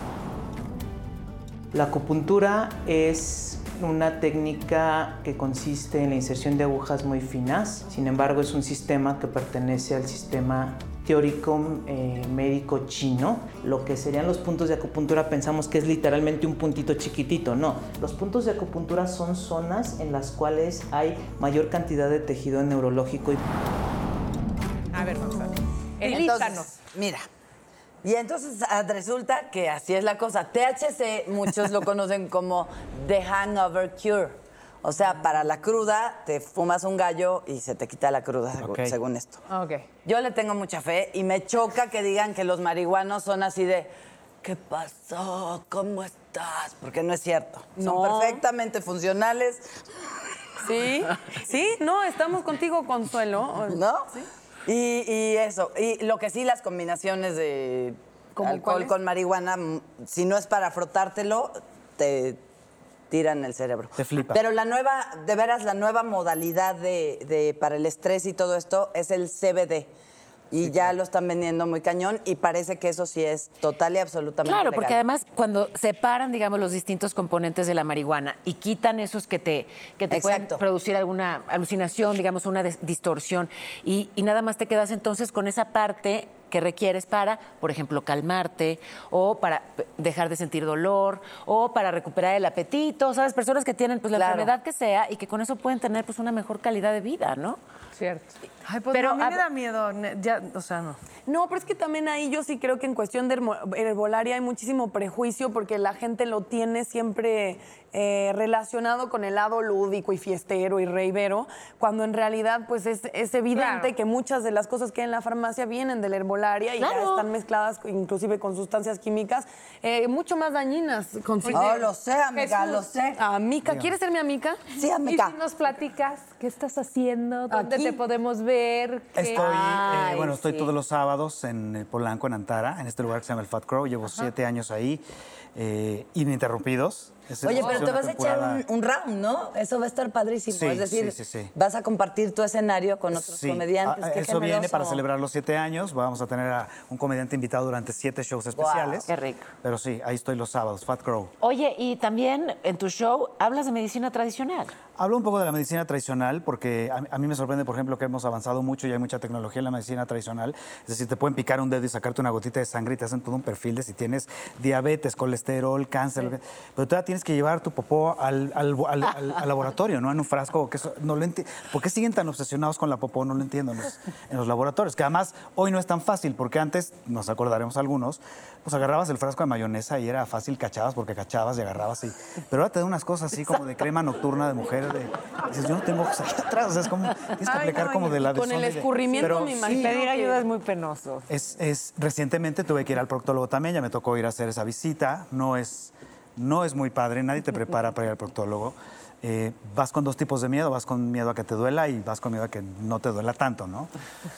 La acupuntura es una técnica que consiste en la inserción de agujas muy finas. Sin embargo, es un sistema que pertenece al sistema teórico médico chino. Lo que serían los puntos de acupuntura pensamos que es literalmente un puntito chiquitito. No, los puntos de acupuntura son zonas en las cuales hay mayor cantidad de tejido neurológico. A ver, Roxana. Entonces, mira. Y entonces resulta que así es la cosa. THC, muchos lo conocen como The Hangover Cure. O sea, para la cruda, te fumas un gallo y se te quita la cruda, según esto. Ok. Yo le tengo mucha fe y me choca que digan que los marihuanos son así de ¿qué pasó? ¿Cómo estás? Porque no es cierto. No. Son perfectamente funcionales. Sí, no, estamos contigo, Consuelo. ¿No? Sí. Y eso. Y lo que sí, las combinaciones de alcohol cuáles? con marihuana, si no es para frotártelo, te tiran el cerebro. Te flipa. Pero la nueva modalidad para el estrés y todo esto es el CBD. Y ya lo están vendiendo muy cañón y parece que eso sí es total y absolutamente Claro, legal. porque además cuando separan, digamos, los distintos componentes de la marihuana y quitan esos que te pueden Exacto. producir alguna alucinación, digamos, una distorsión, y nada más te quedas entonces con esa parte que requieres para, por ejemplo, calmarte o para dejar de sentir dolor o para recuperar el apetito, ¿sabes? Personas que tienen pues la Claro. enfermedad que sea y que con eso pueden tener pues una mejor calidad de vida, ¿no? Cierto. Ay, pues Pero, no, a mí a me ver- da miedo. Ya, o sea, no. No, pero es que también ahí yo sí creo que en cuestión de herbolaria hay muchísimo prejuicio porque la gente lo tiene siempre relacionado con el lado lúdico y fiestero y reivero, cuando en realidad pues es evidente Claro. que muchas de las cosas que hay en la farmacia vienen de la herbolaria y ya Claro. están mezcladas inclusive con sustancias químicas mucho más dañinas. Oh, lo sé, amiga, Jesús. lo sé. Amica, ¿quieres ser mi amica? Sí, ¿Y amiga. si nos platicas qué estás haciendo? ¿Dónde Aquí. te podemos ver? ¿Qué- Estoy sí. todos los sábados en Polanco, en Antara, en este lugar que se llama el Fat Crow. Llevo 7 años ahí, ininterrumpidos. Oye, pero te vas a echar un round, ¿no? Eso va a estar padrísimo. Sí, es decir, sí. vas a compartir tu escenario con otros Sí, comediantes. Qué eso viene generoso. para celebrar los 7 años. Vamos a tener a un comediante invitado durante 7 shows especiales. Qué rico. Pero sí, ahí estoy los sábados, Fat Crow. Oye, y también en tu show hablas de medicina tradicional. Hablo un poco de la medicina tradicional porque a mí me sorprende, por ejemplo, que hemos avanzado mucho y hay mucha tecnología en la medicina tradicional. Es decir, te pueden picar un dedo y sacarte una gotita de sangre y te hacen todo un perfil de si tienes diabetes, colesterol, cáncer. Pero todavía tienes que llevar tu popó al laboratorio, ¿no? En un frasco. Que eso, no lo ¿Por qué siguen tan obsesionados con la popó? No lo entiendo en los laboratorios. Que además hoy no es tan fácil, porque antes, nos acordaremos algunos, pues agarrabas el frasco de mayonesa y era fácil, cachabas porque cachabas y agarrabas y... Pero ahora te da unas cosas así como de crema nocturna de mujer. Dices, yo no tengo ojos aquí atrás. O sea, es como... Tienes que aplicar como de la de con el escurrimiento, me imagino. Pedir ayuda es muy penoso. Recientemente tuve que ir al proctólogo también, ya me tocó ir a hacer esa visita. No es muy padre, nadie te prepara para ir al proctólogo. Vas con dos tipos de miedo, vas con miedo a que te duela y vas con miedo a que no te duela tanto, ¿no?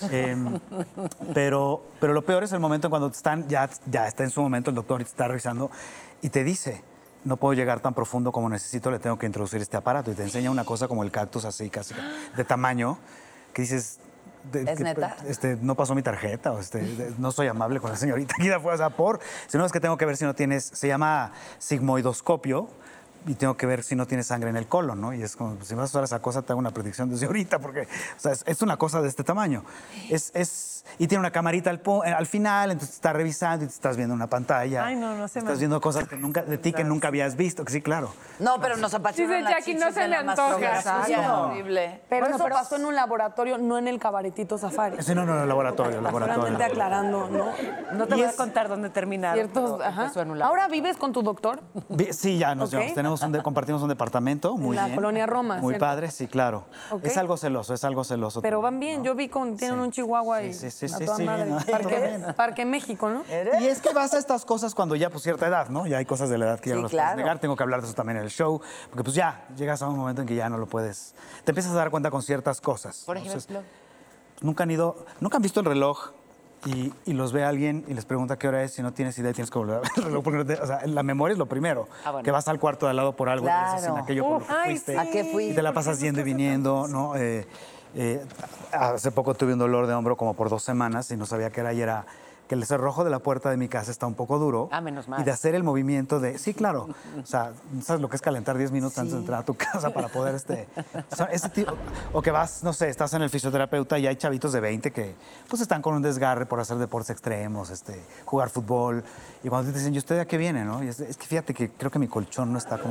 Pero lo peor es el momento en cuando ya está en su momento, el doctor te está revisando y te dice, no puedo llegar tan profundo como necesito, le tengo que introducir este aparato. Y te enseña una cosa como el cactus así, casi de tamaño, que dices... ¿Es neta? No pasó mi tarjeta, o no soy amable con la señorita aquí de afuera, sino es que tengo que ver si no tienes, se llama sigmoidoscopio, y tengo que ver si no tienes sangre en el colon, ¿no? Y es como, si vas a usar esa cosa, te hago una predicción desde ahorita, porque, o sea, es una cosa de este tamaño. Y tiene una camarita al final, entonces te está revisando y te estás viendo una pantalla. Ay, no se me... Estás viendo cosas de ti que nunca habías visto, que sí, claro. No, pero nos apasiona. Dice Jackie, no se le antoja. Es horrible. Pero eso pasó en un laboratorio, no en el cabaretito Safari. Sí, no, el laboratorio. Solamente aclarando, ¿no? No te voy a contar dónde terminaron. Ciertos, ¿Ahora vives con tu doctor? Sí, ya nos llevamos. Compartimos un departamento muy bien. En la colonia Roma. Muy ¿cierto? padre, sí, claro. Okay. Es algo celoso. Pero van bien, yo vi tienen un chihuahua y sí, a toda madre. no, Parque México, ¿no? Y es que vas a estas cosas cuando ya pues cierta edad, ¿no? Ya hay cosas de la edad que ya no los puedes negar. Tengo que hablar de eso también en el show, porque pues ya llegas a un momento en que ya no lo puedes. Te empiezas a dar cuenta con ciertas cosas. Por ejemplo. Nunca han visto el reloj y los ve alguien y les pregunta qué hora es, si no tienes idea tienes que volver a ver el reloj, porque la memoria es lo primero, que vas al cuarto de al lado por algo, claro. y dices, en aquello por lo que fuiste, ¿a qué fuiste? Y te la pasas yendo y viniendo, ¿no? Hace poco tuve un dolor de hombro como por 2 semanas y no sabía qué era, y era que el cerrojo de la puerta de mi casa está un poco duro. Menos mal. Y de hacer el movimiento de... Sí, claro. O sea, ¿sabes lo que es calentar 10 minutos antes de entrar a tu casa para poder o sea, ese tipo... O que vas, no sé, estás en el fisioterapeuta y hay chavitos de 20 que pues están con un desgarre por hacer deportes extremos, jugar fútbol. Y cuando te dicen, ¿y usted a qué viene, no? Y es que fíjate que creo que mi colchón no está como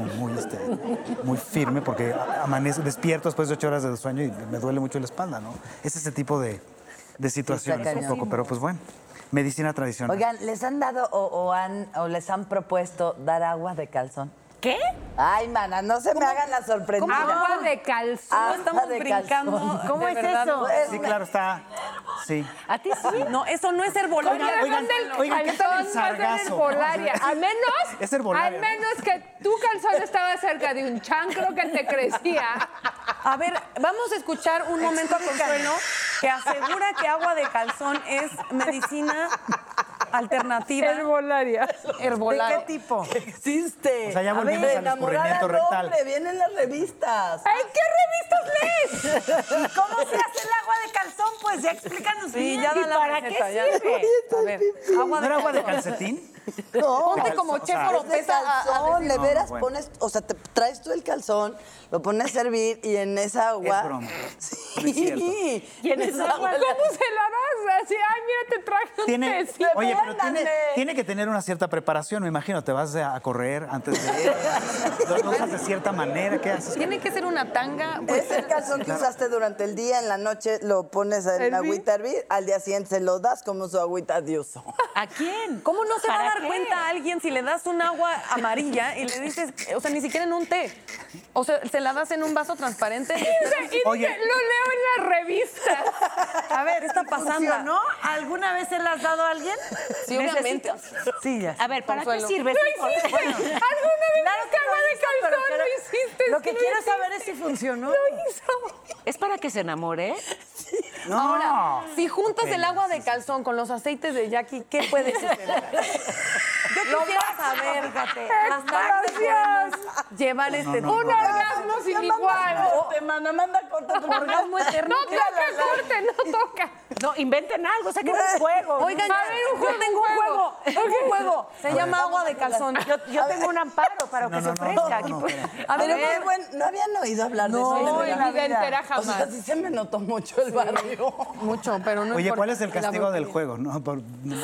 muy firme porque despierto después de 8 horas de sueño y me duele mucho la espalda, ¿no? Es ese tipo de situaciones un poco, pero pues bueno. Medicina tradicional. Oigan, ¿les han dado o les han propuesto dar agua de calzón? ¿Qué? Ay, mana, no se me hagan la sorprendida. Agua de calzón. Agua Estamos de brincando. calzón. ¿Cómo es eso? Sí, claro, está... Sí. ¿A ti sí? No, eso no es herbolaria. Oigan, ¿qué tal el sargazo? Herbolaria. Es herbolaria. Al menos que tu calzón estaba cerca de un chancro que te crecía. A ver, vamos a escuchar un momento a Consuelo que asegura que agua de calzón es medicina alternativa. Herbolaria. Herbolaria. ¿De qué tipo? Existe. O sea, ya volvimos al enamorar escurrimiento al rectal. hombre, vienen las revistas. ¿En qué revistas lees? ¿Cómo se hace el agua de calzón? Pues ya explícanos Sí, bien. ya da la para receta. qué Ya. sirve? A ver, agua ¿No era agua de calcetín? No, Ponte como chef es de oropesa calzón, de veras bueno. pones, o sea, te traes tú el calzón, lo pones a hervir y en esa agua... Es broma. Sí. No es cierto. Y en esa agua... ¿Cómo se la das? Así, ay, mira, te traje un tecito. Oye, pero tiene que tener una cierta preparación, me imagino. Te vas a correr antes de... Lo usas de cierta manera, ¿qué haces? Tiene que ser una tanga. Es el calzón que usaste durante el día, en la noche lo pones en agüita a hervir, al día siguiente se lo das como su agüita de uso. ¿A quién? ¿Cómo no se va a ¿Para dar qué? cuenta a alguien si le das un agua amarilla y le dices, o sea, ni siquiera en un té? O sea, se la das en un vaso transparente. Oye. Lo leo en las revistas. A ver, ¿qué está pasando? ¿Funcionó? ¿Alguna vez se la has dado a alguien? Sí, obviamente. Sí, ya. A ver, ¿para Consuelo. qué sirve? ¿Alguna vez que agua de calzón pero lo hiciste? Lo que quiero saber es si funcionó. ¿Es para que se enamore? No. Ahora, si juntas el agua de calzón con los aceites de Jackie, ¿qué puede suceder? Yo quisiera saber, fíjate. Gracias. llevar un orgasmo sin igual. Manda corta tu orgasmo eterno. No toca, corte, no toca. No, inventen algo, saquen un juego. Oigan, a ver, yo tengo un juego. Tengo un juego. Se llama agua de calzón. Yo tengo un amparo para que se ofrezca. A ver, ¿no habían oído hablar de eso? No, en la vida entera jamás. O sea, sí se me notó mucho el barrio. Mucho, pero no. Oye, ¿cuál es el castigo del juego? No, yo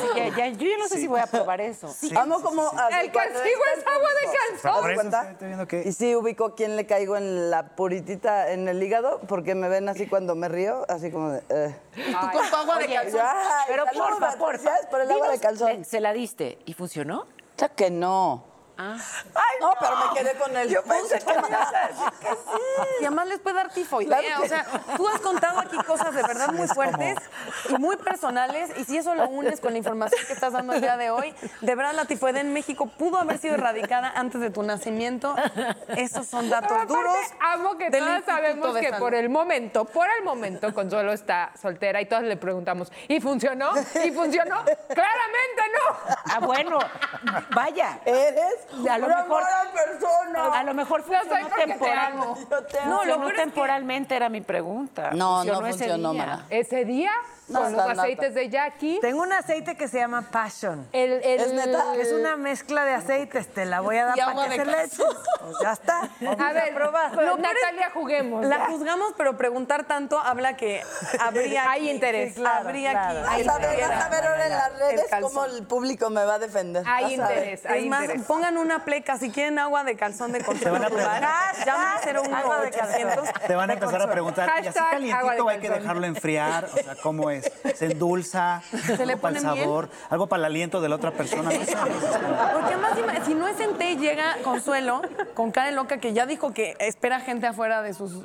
ya no sé si voy a probar eso. Amo como... El castigo es agua de calzón. Y sí, ubico quién le caigo en la puritita, en el hígado, porque me ven así cuando me río, así como de... ¿Y tú con tu agua de calzón? Pero porfa, por el agua de calzón. ¿Se la diste y funcionó? Ya que no. Ah. Ay, no, pero me quedé con el... Yo pensé que me ibas a decir que sí. Y además les puede dar tifoidea. O sea, tú has contado aquí cosas de verdad muy fuertes y muy personales. Y si eso lo unes con la información que estás dando el día de hoy, de verdad la tifoidea en México pudo haber sido erradicada antes de tu nacimiento. Esos son datos duros. Amo que todas sabemos que por el momento, Consuelo está soltera y todas le preguntamos, ¿y funcionó? ¿Y funcionó? ¡Claramente no! Ah, bueno, vaya. Eres a lo una mejor, buena persona. A lo mejor funcionó temporalmente. No, lo temporalmente era mi pregunta. No, no ese funcionó, día. mamá. Ese día, con los aceites de Jackie. Tengo un aceite que se llama Passion. ¿Es neta? Es una mezcla de aceites. Te la voy a dar para que se le eches. Pues ya está. A ver, No, Natalia, juguemos. La juzgamos, pero preguntar tanto habla que habría... Hay interés. Sí, claro, habría Vas a ver ahora en las redes cómo el público me va a defender. Hay interés, hay Es más, interés. pongan una pleca. Si quieren agua de calzón de Consuelo Duval, llamen agua de calzón. Te van a empezar a preguntar, ¿y así Hashtag agua de calientito o hay que calzón. dejarlo enfriar? O sea, ¿cómo es? ¿Se endulza? ¿Se le ¿Algo para el pone miel? sabor? ¿Algo para el aliento de la otra persona? No sé. Porque además, si no es en té, llega Consuelo con cara de loca que ya dijo que espera gente afuera de sus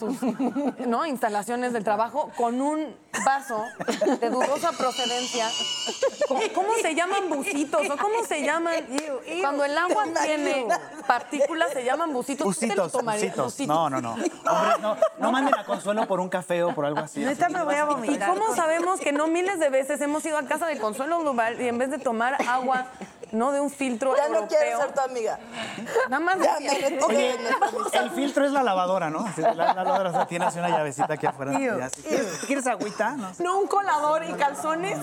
¿no? instalaciones del trabajo con un vaso de dudosa procedencia. ¿Cómo se llaman bucitos? ¿O cómo se llaman? Cuando el agua tiene partículas, se llaman bucitos. ¿Tú te lo Bucitos, tomarías? bucitos. No. Hombre, no manden a Consuelo por un café o por algo así. Neta, me voy a ¿Y vomitar. cómo sabemos que no miles de veces hemos ido a casa de Consuelo Duval y en vez de tomar agua, no de un filtro Ya europeo? no quiero ser tu amiga. Nada más Ya decía- me retiro. Oye, el filtro es la lavadora, ¿no? Así, la lavadora, o sea, tiene así una llavecita aquí afuera. Y así. ¿Quieres agüita? No sé. No, un colador y calzones.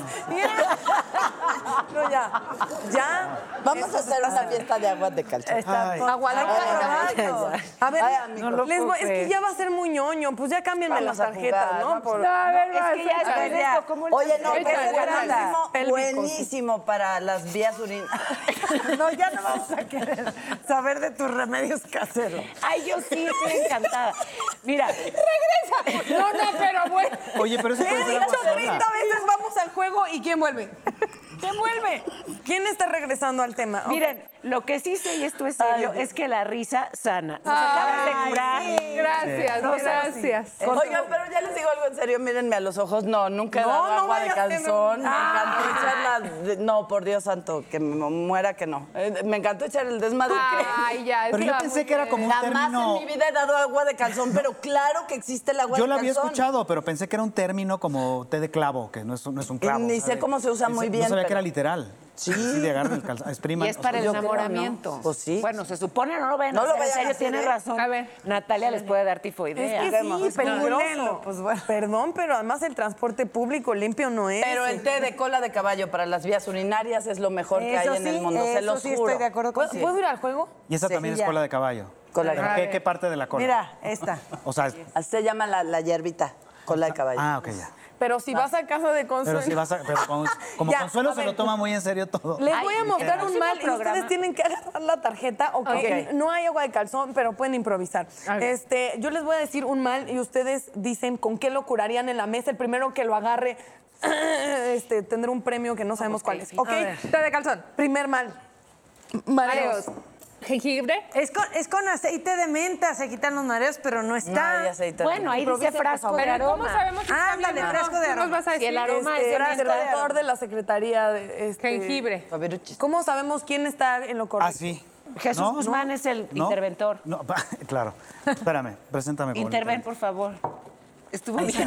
No, ya. Vamos a hacer una fiesta de aguas de calzón. Ay. Agua de Ay, A ver, ay, amigo. No lo les voy- es puedo que ya va a ser muy ñoño. Pues ya cámbienme Vamos las a tarjetas, jugar, ¿no? vamos Por- A ver, Es que ya a ver, después de esto, ¿cómo Oye, no, Échale, pero échale. buenísimo para las vías urinarias. No, ya no vamos a querer saber de tus remedios caseros. Ay, yo sí, estoy encantada. Mira, regresa. No, pero bueno. Oye, pero eso He puede ser dicho agua 30 sola. veces vamos al juego y ¿quién vuelve? ¿Quién vuelve? ¿Quién está regresando al tema? miren, lo que sí sé, y esto es serio, es que la risa sana. Nos acabas de curar. Gracias, gracias. Oigan, pero ya les digo algo en serio, mírenme a los ojos. No, nunca he No, dado no agua de vayas a calzón. tener- Me encantó echarla. No, por Dios santo, que me muera que no. Me encantó echar el desmadre. Ay, ya. Pero yo pensé que era como un Jamás término... en mi vida he dado agua de calzón, pero claro que existe el agua Yo de lo calzón. había escuchado, pero pensé que era un término como té de clavo, que no es un clavo. Ni sé ¿sabe? cómo se usa muy bien, No sabía que pero- era literal. Sí. De agarrar el calzón, expriman. Y es para el yo creo, enamoramiento. ¿no? Pues sí. Bueno, se supone, no lo vayan No a lo hacer, en vayan a serio, hacer, tienes ¿eh? razón. A ver. Natalia les puede dar tifoidea. Es que sí, Es peligroso. Pues bueno, perdón, pero además el transporte público limpio no es. Pero el té de cola de caballo para las vías urinarias es lo mejor que hay en el mundo, se los sí juro. estoy de acuerdo con ¿Puedo ir al juego? Y esa también es cola de caballo. Cola de ¿Pero caballo. qué parte de la cola? Mira, esta. O sea, Así se llama la hierbita, cola de caballo. ok, ya. Pero si vas a casa de Consuelo. Pero si vas a... Pero como Ya, Consuelo a se ver. lo toma muy en serio todo. Les voy a mostrar un próximo mal y programa. ustedes tienen que agarrar la tarjeta. Okay. Ok. No hay agua de calzón, pero pueden improvisar. Ok. Yo les voy a decir un mal y ustedes dicen con qué lo curarían en la mesa. El primero que lo agarre tendrá un premio que no sabemos cuál es. ¿Ok? A ver. Té de calzón. Primer mal. Mareos. Jengibre. Es con aceite de menta, se quitan los mareos, pero no está. No hay aceite. Bueno, ahí dice frasco de Pero ¿cómo aroma. sabemos si está Ándale, bien o no? frasco de Tú nos aroma. vas a Si decir. el aroma es de menta. Director de la Secretaría de... Jengibre. ¿Cómo sabemos quién está en lo correcto? Ah, sí. Jesús ¿No? Guzmán es el ¿No? interventor. No, claro. Espérame, preséntame. como Interven, el por favor. Estuvo bien.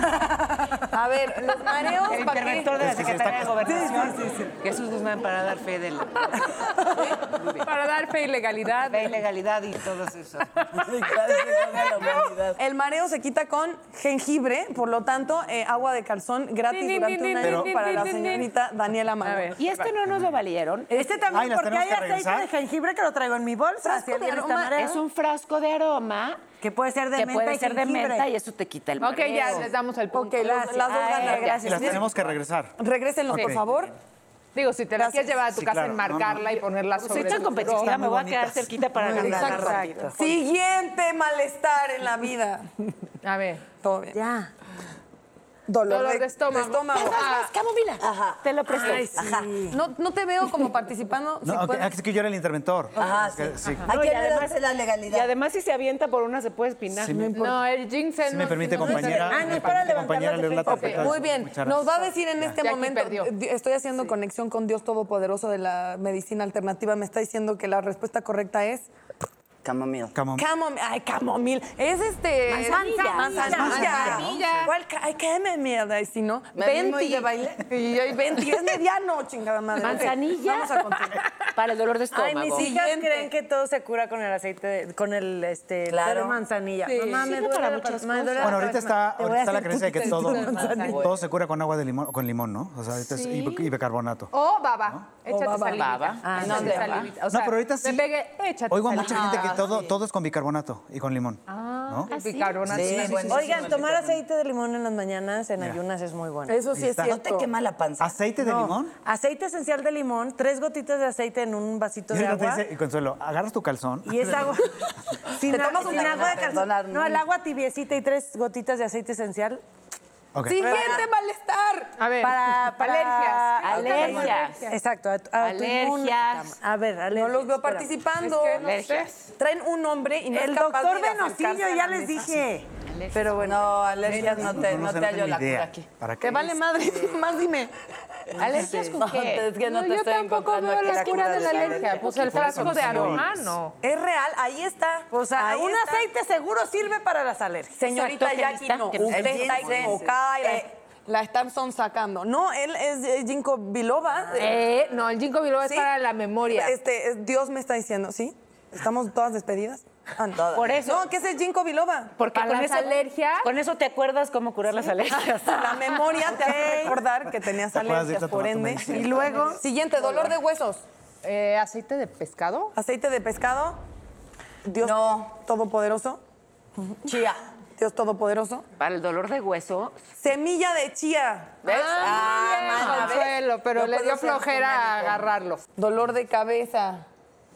A ver, los mareos, El ¿para qué? interventor de la Es que sí Secretaría de está- Gobernación. Jesús Guzmán, para dar fe de la... Para dar fe y legalidad. Fe y legalidad y todo eso. El mareo se quita con jengibre, por lo tanto, agua de calzón gratis durante un año para la señorita Daniela Manuel. Y este no nos lo valieron. Este también, Ay, ¿las porque tenemos hay que aceite regresar? de jengibre que lo traigo en mi bolsa. Frasco si de alguien está aroma mareado. es un frasco de aroma que puede ser de que menta puede y ser de jengibre. menta y eso te quita el mareo. Ok, ya les damos el punto. Ok, las dos ganan. Y las tenemos que regresar. Regrésenlo, por favor. Digo, si te la quieres llevar a tu Sí, casa, claro. enmarcarla y ponerla Soy sobre tan tu competitiva, buró. me voy a quedar cerquita para ganar rápido. Siguiente malestar en la vida. A ver. Todo bien. Ya. Dolor de estómago. Camomila. Ajá. Te lo presto. Ay, sí. No te veo como participando. No, si ok, puedes. es que yo era el interventor. Ajá, Es que- sí. sí. Hay No, que y además- darse la legalidad. Y además si se avienta por una se puede espinar. Sí, me- No, el ginseng Si no. me permite, no, compañera, Ah, no, me es para permite, levantar compañera, las leer la defensas. tarjeta. Muy bien. Muchas Nos va a gracias. decir en este Jackie momento, perdió. estoy haciendo conexión con Dios Todopoderoso de la medicina alternativa. Me está diciendo que la respuesta correcta es Camomil. Ay, camomil. Es manzanilla. ¿Cuál? Ay, camomil. Si no, ¿Me animo 20. y de baile? Y hay 20. Es mediano, chingada madre. Manzanilla. Vamos a continuar. Para el dolor de estómago. Ay, mis hijas Siguiente. creen que todo se cura con el aceite, con el Claro. de manzanilla. Sí. Mamá, me Sirve duele para la muchas me duele la Bueno, ahorita cabeza. está, Te voy ahorita a está la hacer creencia de que putita todo, de manzanilla. todo se cura con agua de limón, con limón, ¿no? O sea, ahorita es y bicarbonato. O baba. Échate baba. salivita. Baba. Ah, ¿En dónde? salivita. O No, sea, pero ahorita sí. te pegue, échate Oigo a salivita. mucha gente que todo es con bicarbonato y con limón. ¿no? Bicarbonato. Sí, bueno. Oigan, tomar aceite de limón en las mañanas, en ayunas, es muy bueno. Eso sí Ahí es está. ¿No te cierto. quema la panza? ¿Aceite de limón? Aceite esencial de limón, 3 gotitas de aceite en un vasito Y de ahorita te agua. dice, y Consuelo, agarras tu calzón. Y es agua. sin Te tomas sin una agua de perdón, calzón. No, Armando. el agua tibiecita y 3 gotitas de aceite esencial. Ok. Siguiente malestar. A ver. Para Alergias. Exacto. Alergias. A ver, alergias. No los veo espérame. participando. Alergias. Traen un nombre y no El es capaz doctor de Venosillo, acercarse a ya la les mesa. dije. Pero bueno. No, alergias no te sé, hallo tengo la idea. cura aquí. ¿Para qué? Te vale madre, más dime. ¿Alergias con qué? Es que no te yo estoy tampoco encontrando veo aquí la la cura de la la alergia. Pues el frasco de aroma, no. Es real, ahí está. O sea, Ahí un está. aceite seguro sirve para las alergias. Señorita Exacto, Jackie, ¿qué no. lista? Usted El está ginseng. equivocada y la están sonsacando. No, él es ginkgo biloba. No, el ginkgo biloba ¿Sí? es para la memoria. Dios me está diciendo, ¿sí? ¿Estamos todas despedidas? Ah, no. Por eso. No, ¿qué es el ginkgo biloba? Porque Para las alergias. Con eso te acuerdas cómo curar las alergias. La memoria te hace recordar que tenías Te acuerdas de alergias, irte a por tomar tu ende. medicina. Y luego, siguiente, dolor de huesos. ¿Aceite de pescado? Aceite de pescado. Dios Todopoderoso. Chía. Dios Todopoderoso. Para el dolor de hueso. Semilla de chía. ¿Ves? Ah, Consuelo, pero No le puedo dio ser flojera genérico. agarrarlo. Dolor de cabeza.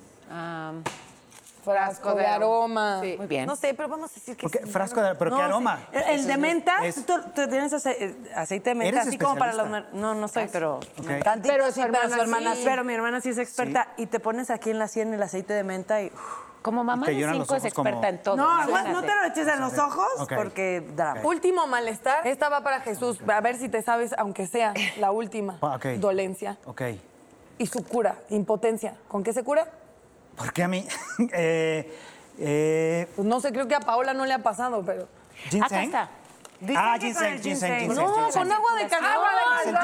Frasco de aroma. Sí. Muy bien. No sé, pero vamos a decir que ¿Por qué? sí. Frasco de... ¿Pero qué No, aroma? sí. El de menta, es- tú tienes aceite de menta, ¿Eres así como para los... especialista? No soy, pero... Ok. Tantito Pero sí, su hermana pero su hermana sí. sí. Pero mi hermana sí es experta y te pones aquí en la sien el aceite de menta y... Como mamá Te de lloran los 5 es ojos como- experta en todo. No, no imagínate. te lo eches en los ojos Ok. porque drama. Último malestar. Esta va para Jesús. A ver si te sabes, aunque sea la última. Ok. Dolencia. Ok. Y su cura, impotencia. ¿Con qué se cura? ¿Por qué a mí? Pues no sé, creo que a Paola no le ha pasado, pero. ¿Ginseng? Acá está. Ah, Dicen que con el ginseng. No, con agua de cacao. Es el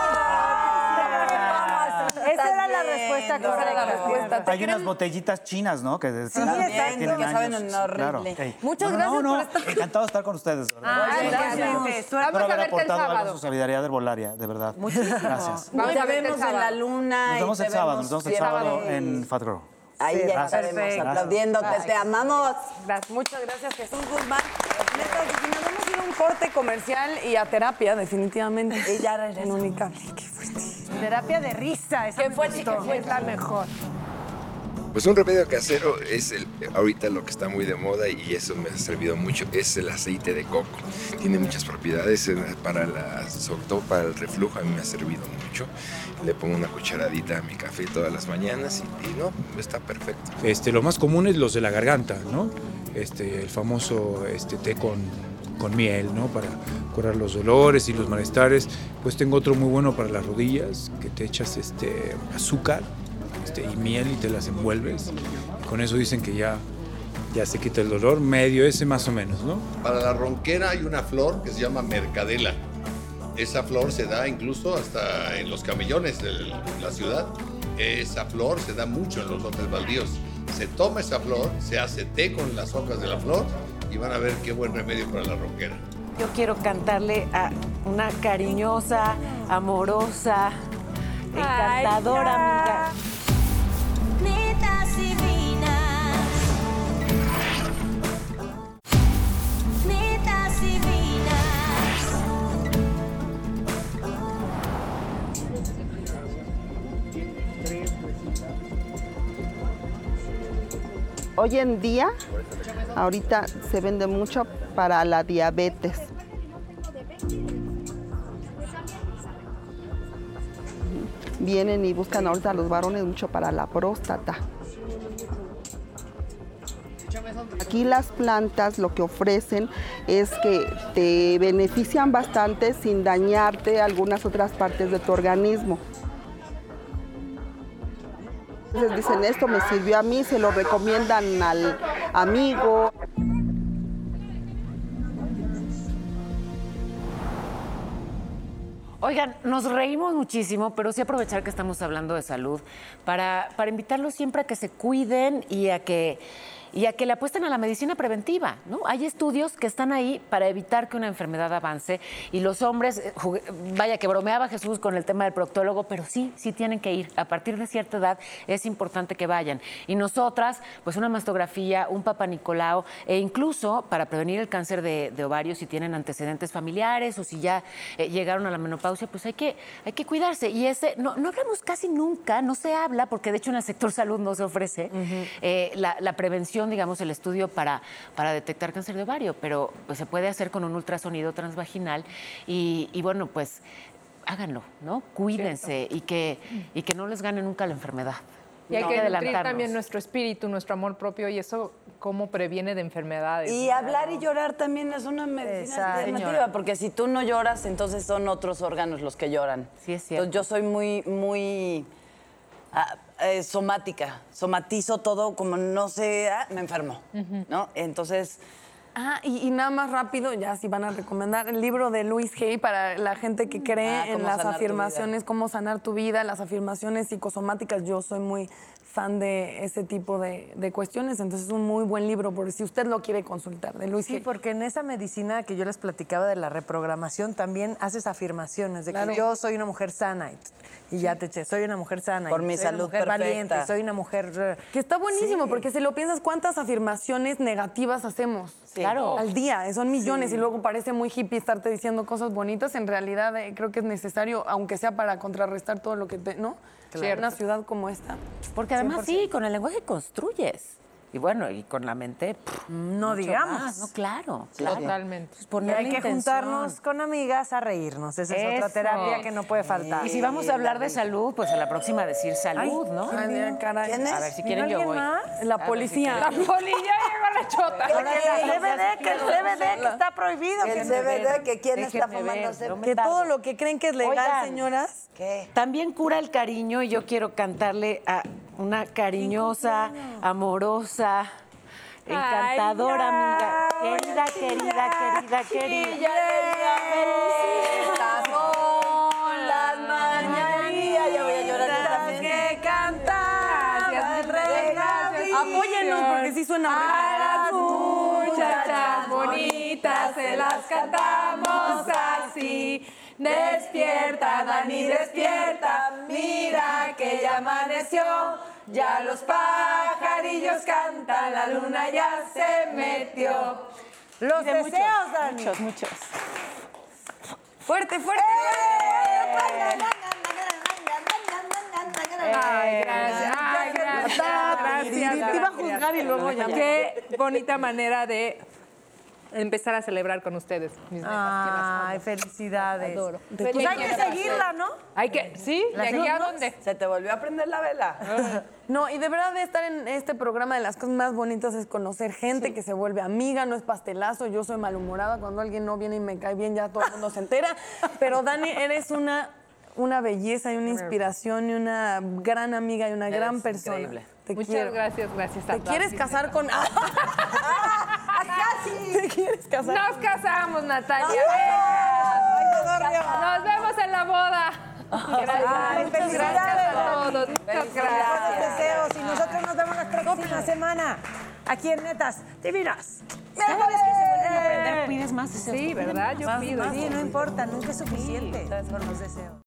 Esa era la respuesta Esa era la correcta. respuesta. ¿Te Hay unas creen? botellitas chinas, ¿no? Que Sí, También, exacto. que saben en Claro, horrible. ok. Muchas No, gracias no, por estar- encantado de estar con ustedes. de verdad. Ay, gracias. Igualmente. Espero Vamos a haber verte el aportado algo a sábado. su solidaridad herbolaria, de verdad. Gracias. Vamos Te a verte el vemos en sábado. la luna. Nos y vemos te el sábado, vemos nos vemos el siempre. sábado en Fat Girl. Ahí ya Gracias. estaremos aplaudiéndote. Te amamos. Muchas gracias, Jesús Guzmán. Neta, Josefina, vamos a ir a un corte comercial y a terapia, definitivamente. Y ya regresamos. En Unicable. Qué fuerte. Terapia de risa. Esa ¿Qué me fue, gustó. fue la mejor? Pues un remedio casero es ahorita lo que está muy de moda y eso me ha servido mucho, es el aceite de coco. Tiene muchas propiedades sobre todo para el reflujo, a mí me ha servido mucho. Le pongo una cucharadita a mi café todas las mañanas y no, está perfecto. Lo más común es los de la garganta, ¿no? El famoso té con miel, ¿no? Para curar los dolores y los malestares. Pues tengo otro muy bueno para las rodillas, que te echas azúcar y miel y te las envuelves. Y con eso dicen que ya se quita el dolor, medio ese más o menos, ¿no? Para la ronquera hay una flor que se llama mercadela. Esa flor se da incluso hasta en los camellones de la ciudad. esa flor se da mucho en los lotes baldíos. Se toma esa flor, se hace té con las hojas de la flor y van a ver qué buen remedio para la ronquera. Yo quiero cantarle a una cariñosa, amorosa, encantadora amiga. Netas divinas. Netas divinas. Hoy en día, ahorita se vende mucho para la diabetes. Vienen y buscan ahorita los varones mucho para la próstata. Aquí las plantas lo que ofrecen es que te benefician bastante sin dañarte algunas otras partes de tu organismo. Entonces dicen, esto me sirvió a mí, se lo recomiendan al amigo. Oigan, nos reímos muchísimo, pero sí aprovechar que estamos hablando de salud para invitarlos siempre a que se cuiden y a que le apuesten a la medicina preventiva, ¿no? Hay estudios que están ahí para evitar que una enfermedad avance y los hombres, vaya que bromeaba Jesús con el tema del proctólogo, pero sí tienen que ir. A partir de cierta edad es importante que vayan. Y nosotras, pues una mastografía, un papanicolao e incluso para prevenir el cáncer de ovario si tienen antecedentes familiares o si ya llegaron a la menopausia, pues hay que cuidarse. Y no hablamos casi nunca, no se habla, porque de hecho en el sector salud no se ofrece la prevención, digamos, el estudio para detectar cáncer de ovario, pero pues se puede hacer con un ultrasonido transvaginal y bueno, pues háganlo, ¿no? Cuídense y que no les gane nunca la enfermedad. Y hay que nutrir también nuestro espíritu, nuestro amor propio y eso cómo previene de enfermedades. Y hablar y llorar también es una medicina alternativa, porque si tú no lloras, entonces son otros órganos los que lloran. Sí, es cierto. Entonces, yo soy muy somática, somatizo todo como no sé, me enfermo, ¿no? Entonces... y nada más rápido, ya si van a recomendar el libro de Louise Hay para la gente que cree en las afirmaciones, cómo sanar tu vida, las afirmaciones psicosomáticas. Yo soy muy fan de ese tipo de cuestiones, entonces es un muy buen libro por si usted lo quiere consultar, de Louise Hay. Sí, porque en esa medicina que yo les platicaba de la reprogramación también haces afirmaciones de que yo soy una mujer sana y ya te eché, soy una mujer sana. Por mi soy salud una mujer perfecta. valiente, soy una mujer... Que está buenísimo, porque si lo piensas, ¿cuántas afirmaciones negativas hacemos? Claro. Al día, son millones, y luego parece muy hippie estarte diciendo cosas bonitas. En realidad, creo que es necesario, aunque sea para contrarrestar todo lo que ¿no? Claro. Una ciudad como esta. Porque además 100%. sí, con el lenguaje construyes. Y bueno, y con la mente, no mucho digamos. más, ¿no? Claro. Totalmente. Pues Y hay que juntarnos con amigas a reírnos. Esa es otra Eso. terapia que no puede faltar. Y si vamos a hablar de salud, pues a la próxima decir salud, ¿no? Ay, caray. ¿Quién es? A ver, si quieren yo voy. La A ver, policía. si La polilla llegó la chota. Que el CBD, que está prohibido. El CBD, que quién está fumando CBD. Que todo lo que creen que es legal, Oigan. señoras. ¿Qué? También cura el cariño y yo quiero cantarle a una cariñosa, amorosa, encantadora amiga. Querida. Estas son las mañanías. Ya voy a llorar yo también. Que cantar. Apóyennos porque sí suena A las muchachas bonitas se las cantamos así. Despierta, Dani, despierta, mira que ya amaneció. Ya los pajarillos cantan, la luna ya se metió. Los De deseos, Dani. Muchos. Fuerte, fuerte. Ay, gracias. Ay, gracias. Te iba a juzgar y luego ya. Qué bonita manera de empezar a celebrar con ustedes, mis netas. Ay, felicidades. Adoro. Pues hay que seguirla, ¿no? Hay que, ¿sí? ¿De aquí a dónde? ¿Se te volvió a prender la vela? No, y de verdad de estar en este programa, de las cosas más bonitas es conocer gente que se vuelve amiga, no es pastelazo. Yo soy malhumorada, cuando alguien no viene y me cae bien ya todo el mundo se entera. Pero Dani, eres una belleza y una inspiración y una gran amiga y una gran persona. Increíble. Te Muchas quiero. gracias a ¿Te quieres casar con...? ¿Te quieres casar? Nos casamos, Natalia. Ay, Nos vemos en la boda. Gracias. Ay, Muchas gracias a todos. todos. Muchas gracias. Buenos deseos. Y nosotros nos vemos la próxima semana. Aquí en Netas Divinas. Cada vez que se vuelven a aprender, pides más deseos. Sí, ¿verdad? Yo pido. Sí, no importa, nunca es suficiente por los deseos.